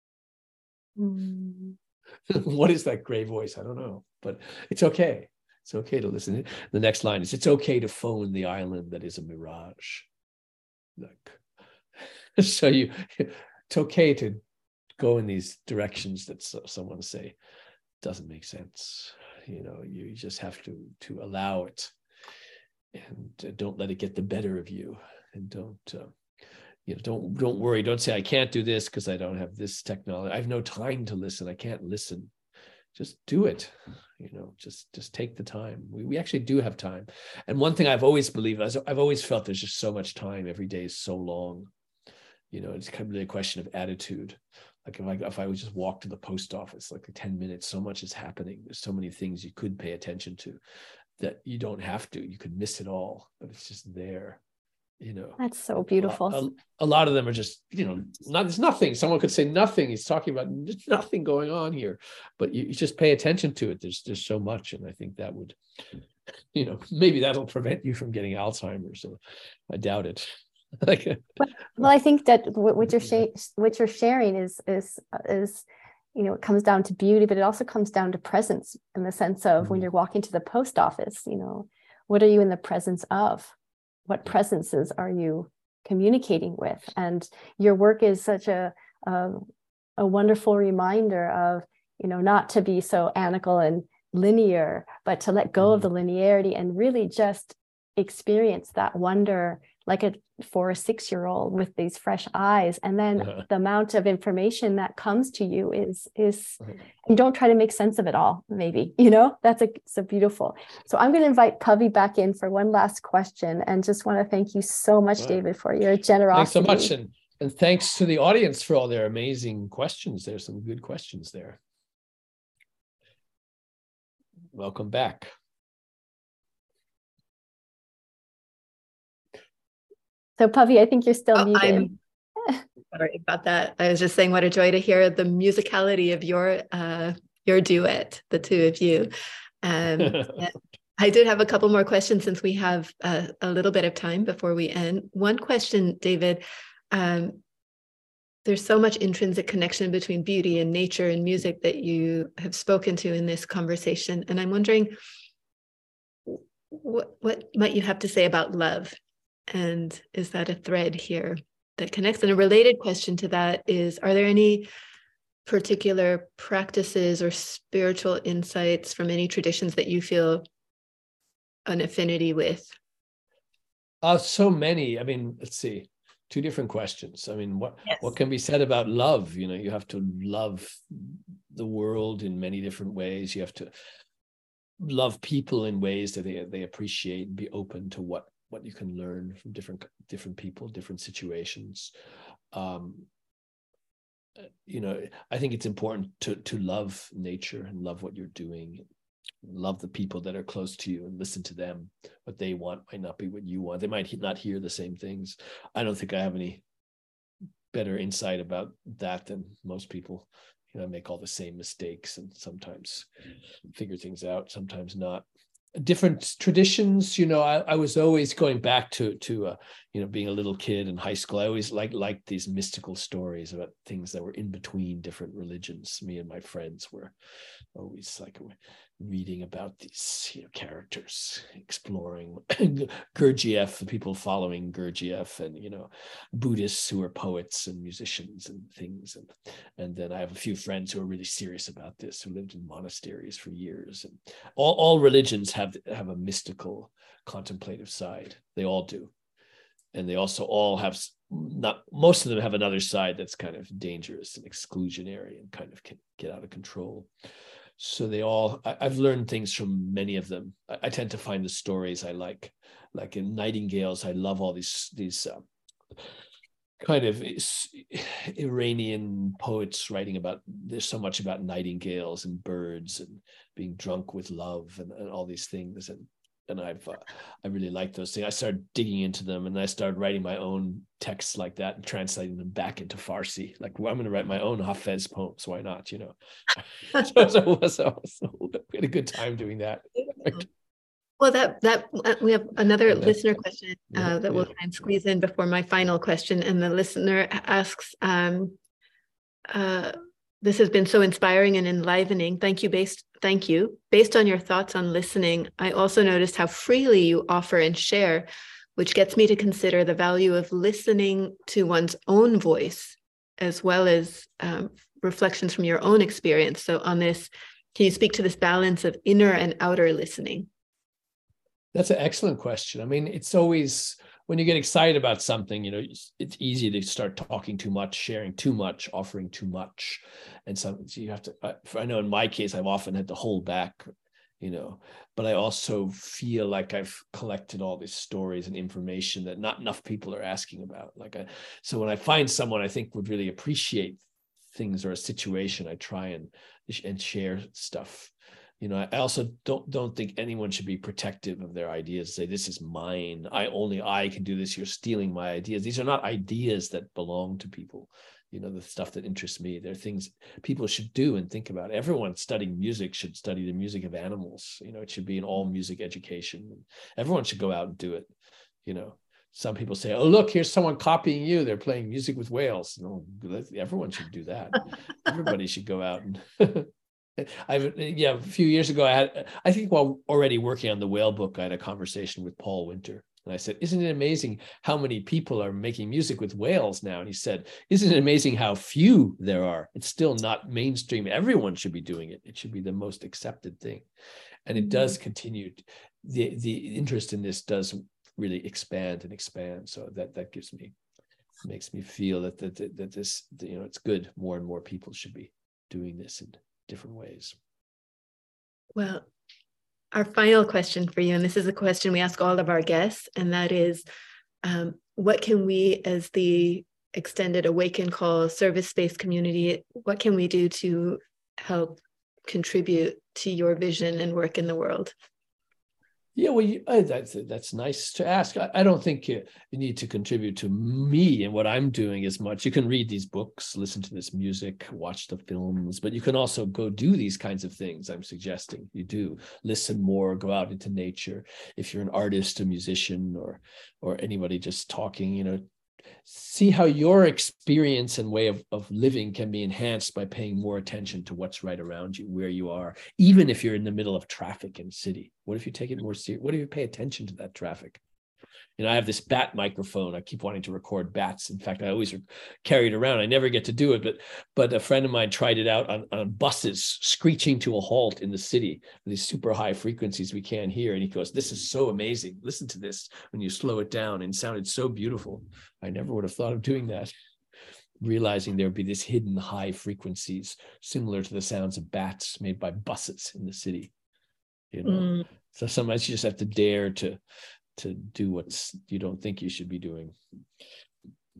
Mm. What is that gray voice? I don't know, but it's okay. It's okay to listen. The next line is, "It's okay to phone the island that is a mirage." Like, so you, it's okay to go in these directions that someone say doesn't make sense. You know, you just have to to allow it, and don't let it get the better of you. And don't, uh, you know, don't don't worry. Don't say, "I can't do this because I don't have this technology. I have no time to listen. I can't listen." Just do it. You know, just just take the time. We we actually do have time. And one thing I've always believed, I've always felt there's just so much time. Every day is so long. You know, it's kind of really a question of attitude. Like if I if I would just walk to the post office, like ten minutes, so much is happening. There's so many things you could pay attention to that you don't have to. You could miss it all, but it's just there. You know, that's so beautiful. A, a, a lot of them are just, you know, not, there's nothing. Someone could say nothing. He's talking about there's nothing going on here, but you, you just pay attention to it. There's there's so much, and I think that would, you know, maybe that'll prevent you from getting Alzheimer's. So I doubt it. Like, well, I think that what you're sh- what you're sharing is is is, you know, it comes down to beauty, but it also comes down to presence, in the sense of mm-hmm. when you're walking to the post office. You know, what are you in the presence of? What presences are you communicating with? And your work is such a, a a wonderful reminder of, you know, not to be so analytical and linear, but to let go mm-hmm. of the linearity and really just experience that wonder, like a for a six-year-old with these fresh eyes. And then uh-huh. the amount of information that comes to you is is uh-huh. and don't try to make sense of it all. Maybe, you know, that's a so beautiful. So I'm going to invite Pavi back in for one last question, and just want to thank you so much, wow. David, for your generosity. Thanks so much, and and thanks to the audience for all their amazing questions. There's some good questions there. Welcome back. So Pavi, I think you're still oh, muted. I'm sorry about that. I was just saying what a joy to hear the musicality of your uh, your duet, the two of you. Um, I did have a couple more questions since we have uh, a little bit of time before we end. One question, David, um, there's so much intrinsic connection between beauty and nature and music that you have spoken to in this conversation. And I'm wondering, what, what might you have to say about love? And is that a thread here that connects? And a related question to that is, are there any particular practices or spiritual insights from any traditions that you feel an affinity with? Uh, so many. I mean, let's see, two different questions. I mean, what, yes. what can be said about love? You know, you have to love the world in many different ways. You have to love people in ways that they, they appreciate and be open to what what you can learn from different different people, different situations. Um, you know, I think it's important to to love nature and love what you're doing, love the people that are close to you and listen to them. What they want might not be what you want. They might not hear the same things. I don't think I have any better insight about that than most people. You know, I make all the same mistakes and sometimes figure things out, sometimes not. Different traditions, you know, I, I was always going back to, to uh, you know, being a little kid in high school. I always liked, liked these mystical stories about things that were in between different religions. Me and my friends were always like reading about these, you know, characters, exploring Gurdjieff, the people following Gurdjieff, and, you know, Buddhists who are poets and musicians and things. And, and then I have a few friends who are really serious about this, who lived in monasteries for years. And all, all religions have, have a mystical, contemplative side. They all do. And they also all have, not most of them have another side that's kind of dangerous and exclusionary and kind of can get out of control. So they all, I, I've learned things from many of them. I, I tend to find the stories I like, like in Nightingales. I love all these, these uh, kind of Iranian poets writing about, there's so much about nightingales and birds and being drunk with love and, and all these things. And and I've uh, I really like those things. I started digging into them, and I started writing my own texts like that and translating them back into Farsi. Like, well, I'm going to write my own Hafez poems. Why not? You know. so, so, so, so we had a good time doing that. Well, that that uh, we have another Yeah. listener question uh, Yeah, that we'll yeah. try and squeeze in before my final question. And the listener asks, um, uh, "This has been so inspiring and enlivening. Thank you, based thank you. Based on your thoughts on listening, I also noticed how freely you offer and share, which gets me to consider the value of listening to one's own voice, as well as um, reflections from your own experience. So, on this, can you speak to this balance of inner and outer listening?" That's an excellent question. I mean, it's always, when you get excited about something, you know, it's, it's easy to start talking too much, sharing too much, offering too much. And so you have to, I, I know in my case, I've often had to hold back, you know, but I also feel like I've collected all these stories and information that not enough people are asking about. Like, I, so when I find someone I think would really appreciate things or a situation, I try and, and share stuff. You know, I also don't don't think anyone should be protective of their ideas. Say, this is mine. I only I can do this. You're stealing my ideas. These are not ideas that belong to people. You know, the stuff that interests me. They're things people should do and think about. Everyone studying music should study the music of animals. You know, it should be in all music education. Everyone should go out and do it. You know, some people say, "Oh, look, here's someone copying you. They're playing music with whales." No, everyone should do that. Everybody should go out and. I've yeah, a few years ago, I had, I think while already working on the whale book, I had a conversation with Paul Winter. And I said, isn't it amazing how many people are making music with whales now? And he said, isn't it amazing how few there are? It's still not mainstream. Everyone should be doing it. It should be the most accepted thing. And it does continue. The, the interest in this does really expand and expand. So that, that gives me, makes me feel that, that, that, that this, you know, it's good. More and more people should be doing this in different ways. Well, our final question for you, and this is a question we ask all of our guests, and that is, um, what can we as the extended Awaken Call service-based community, what can we do to help contribute to your vision and work in the world? Yeah, well, you, uh, that's that's nice to ask. I, I don't think you, you need to contribute to me and what I'm doing as much. You can read these books, listen to this music, watch the films, but you can also go do these kinds of things I'm suggesting you do. Listen more, go out into nature. If you're an artist, a musician, or or anybody just talking, you know, see how your experience and way of, of living can be enhanced by paying more attention to what's right around you, where you are, even if you're in the middle of traffic in a city. What if you take it more serious? What if you pay attention to that traffic? You know, I have this bat microphone. I keep wanting to record bats. In fact, I always carry it around. I never get to do it, but but a friend of mine tried it out on, on buses, screeching to a halt in the city with these super high frequencies we can't hear. And he goes, "This is so amazing. Listen to this when you slow it down." And it sounded so beautiful. I never would have thought of doing that. Realizing there would be this hidden high frequencies similar to the sounds of bats made by buses in the city. You know, mm. So sometimes you just have to dare to to do what you don't think you should be doing.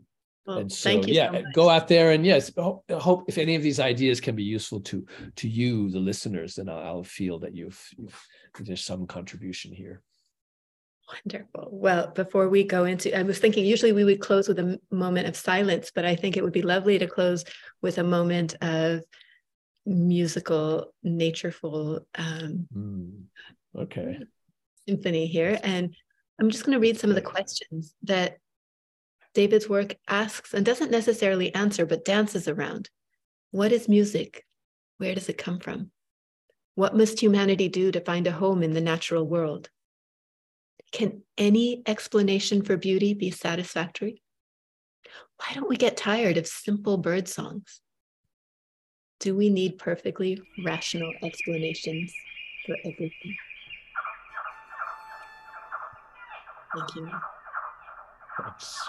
Well, and so, thank you yeah, so much. go out there and yes, hope, hope if any of these ideas can be useful to to you, the listeners, then I'll, I'll feel that you've, you've there's some contribution here. Wonderful. Well, before we go into, I was thinking usually we would close with a moment of silence, but I think it would be lovely to close with a moment of musical, natureful um, mm, okay. symphony here. And I'm just going to read some of the questions that David's work asks and doesn't necessarily answer, but dances around. What is music? Where does it come from? What must humanity do to find a home in the natural world? Can any explanation for beauty be satisfactory? Why don't we get tired of simple bird songs? Do we need perfectly rational explanations for everything? Thank you. Thanks.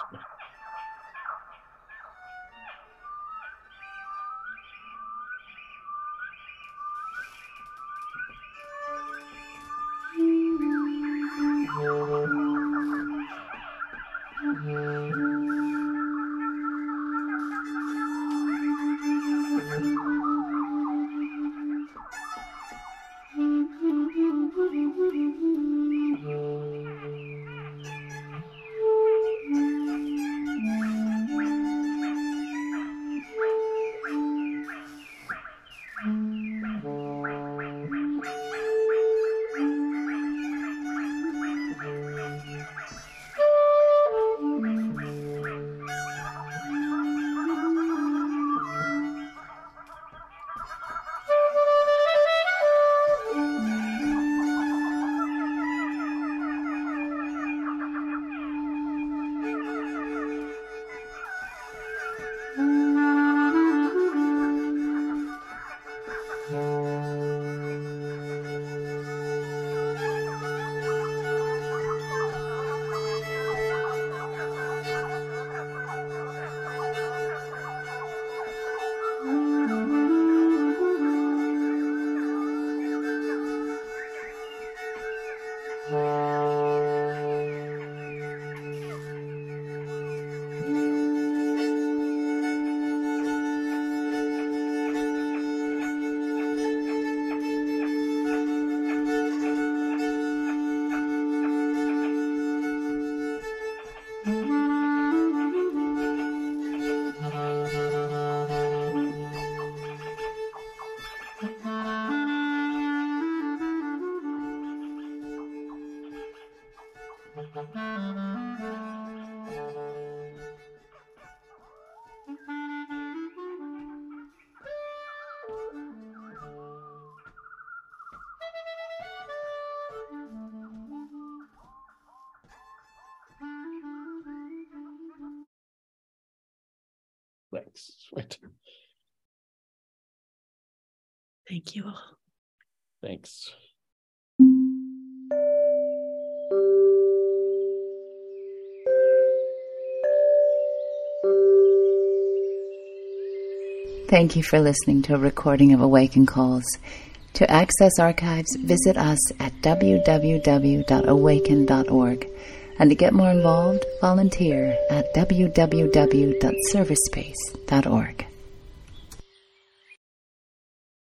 Thanks. Right. Thank you all. Thanks. Thank you for listening to a recording of Awaken Calls. To access archives, visit us at w w w dot awaken dot org. And to get more involved, volunteer at w w w dot service space dot org.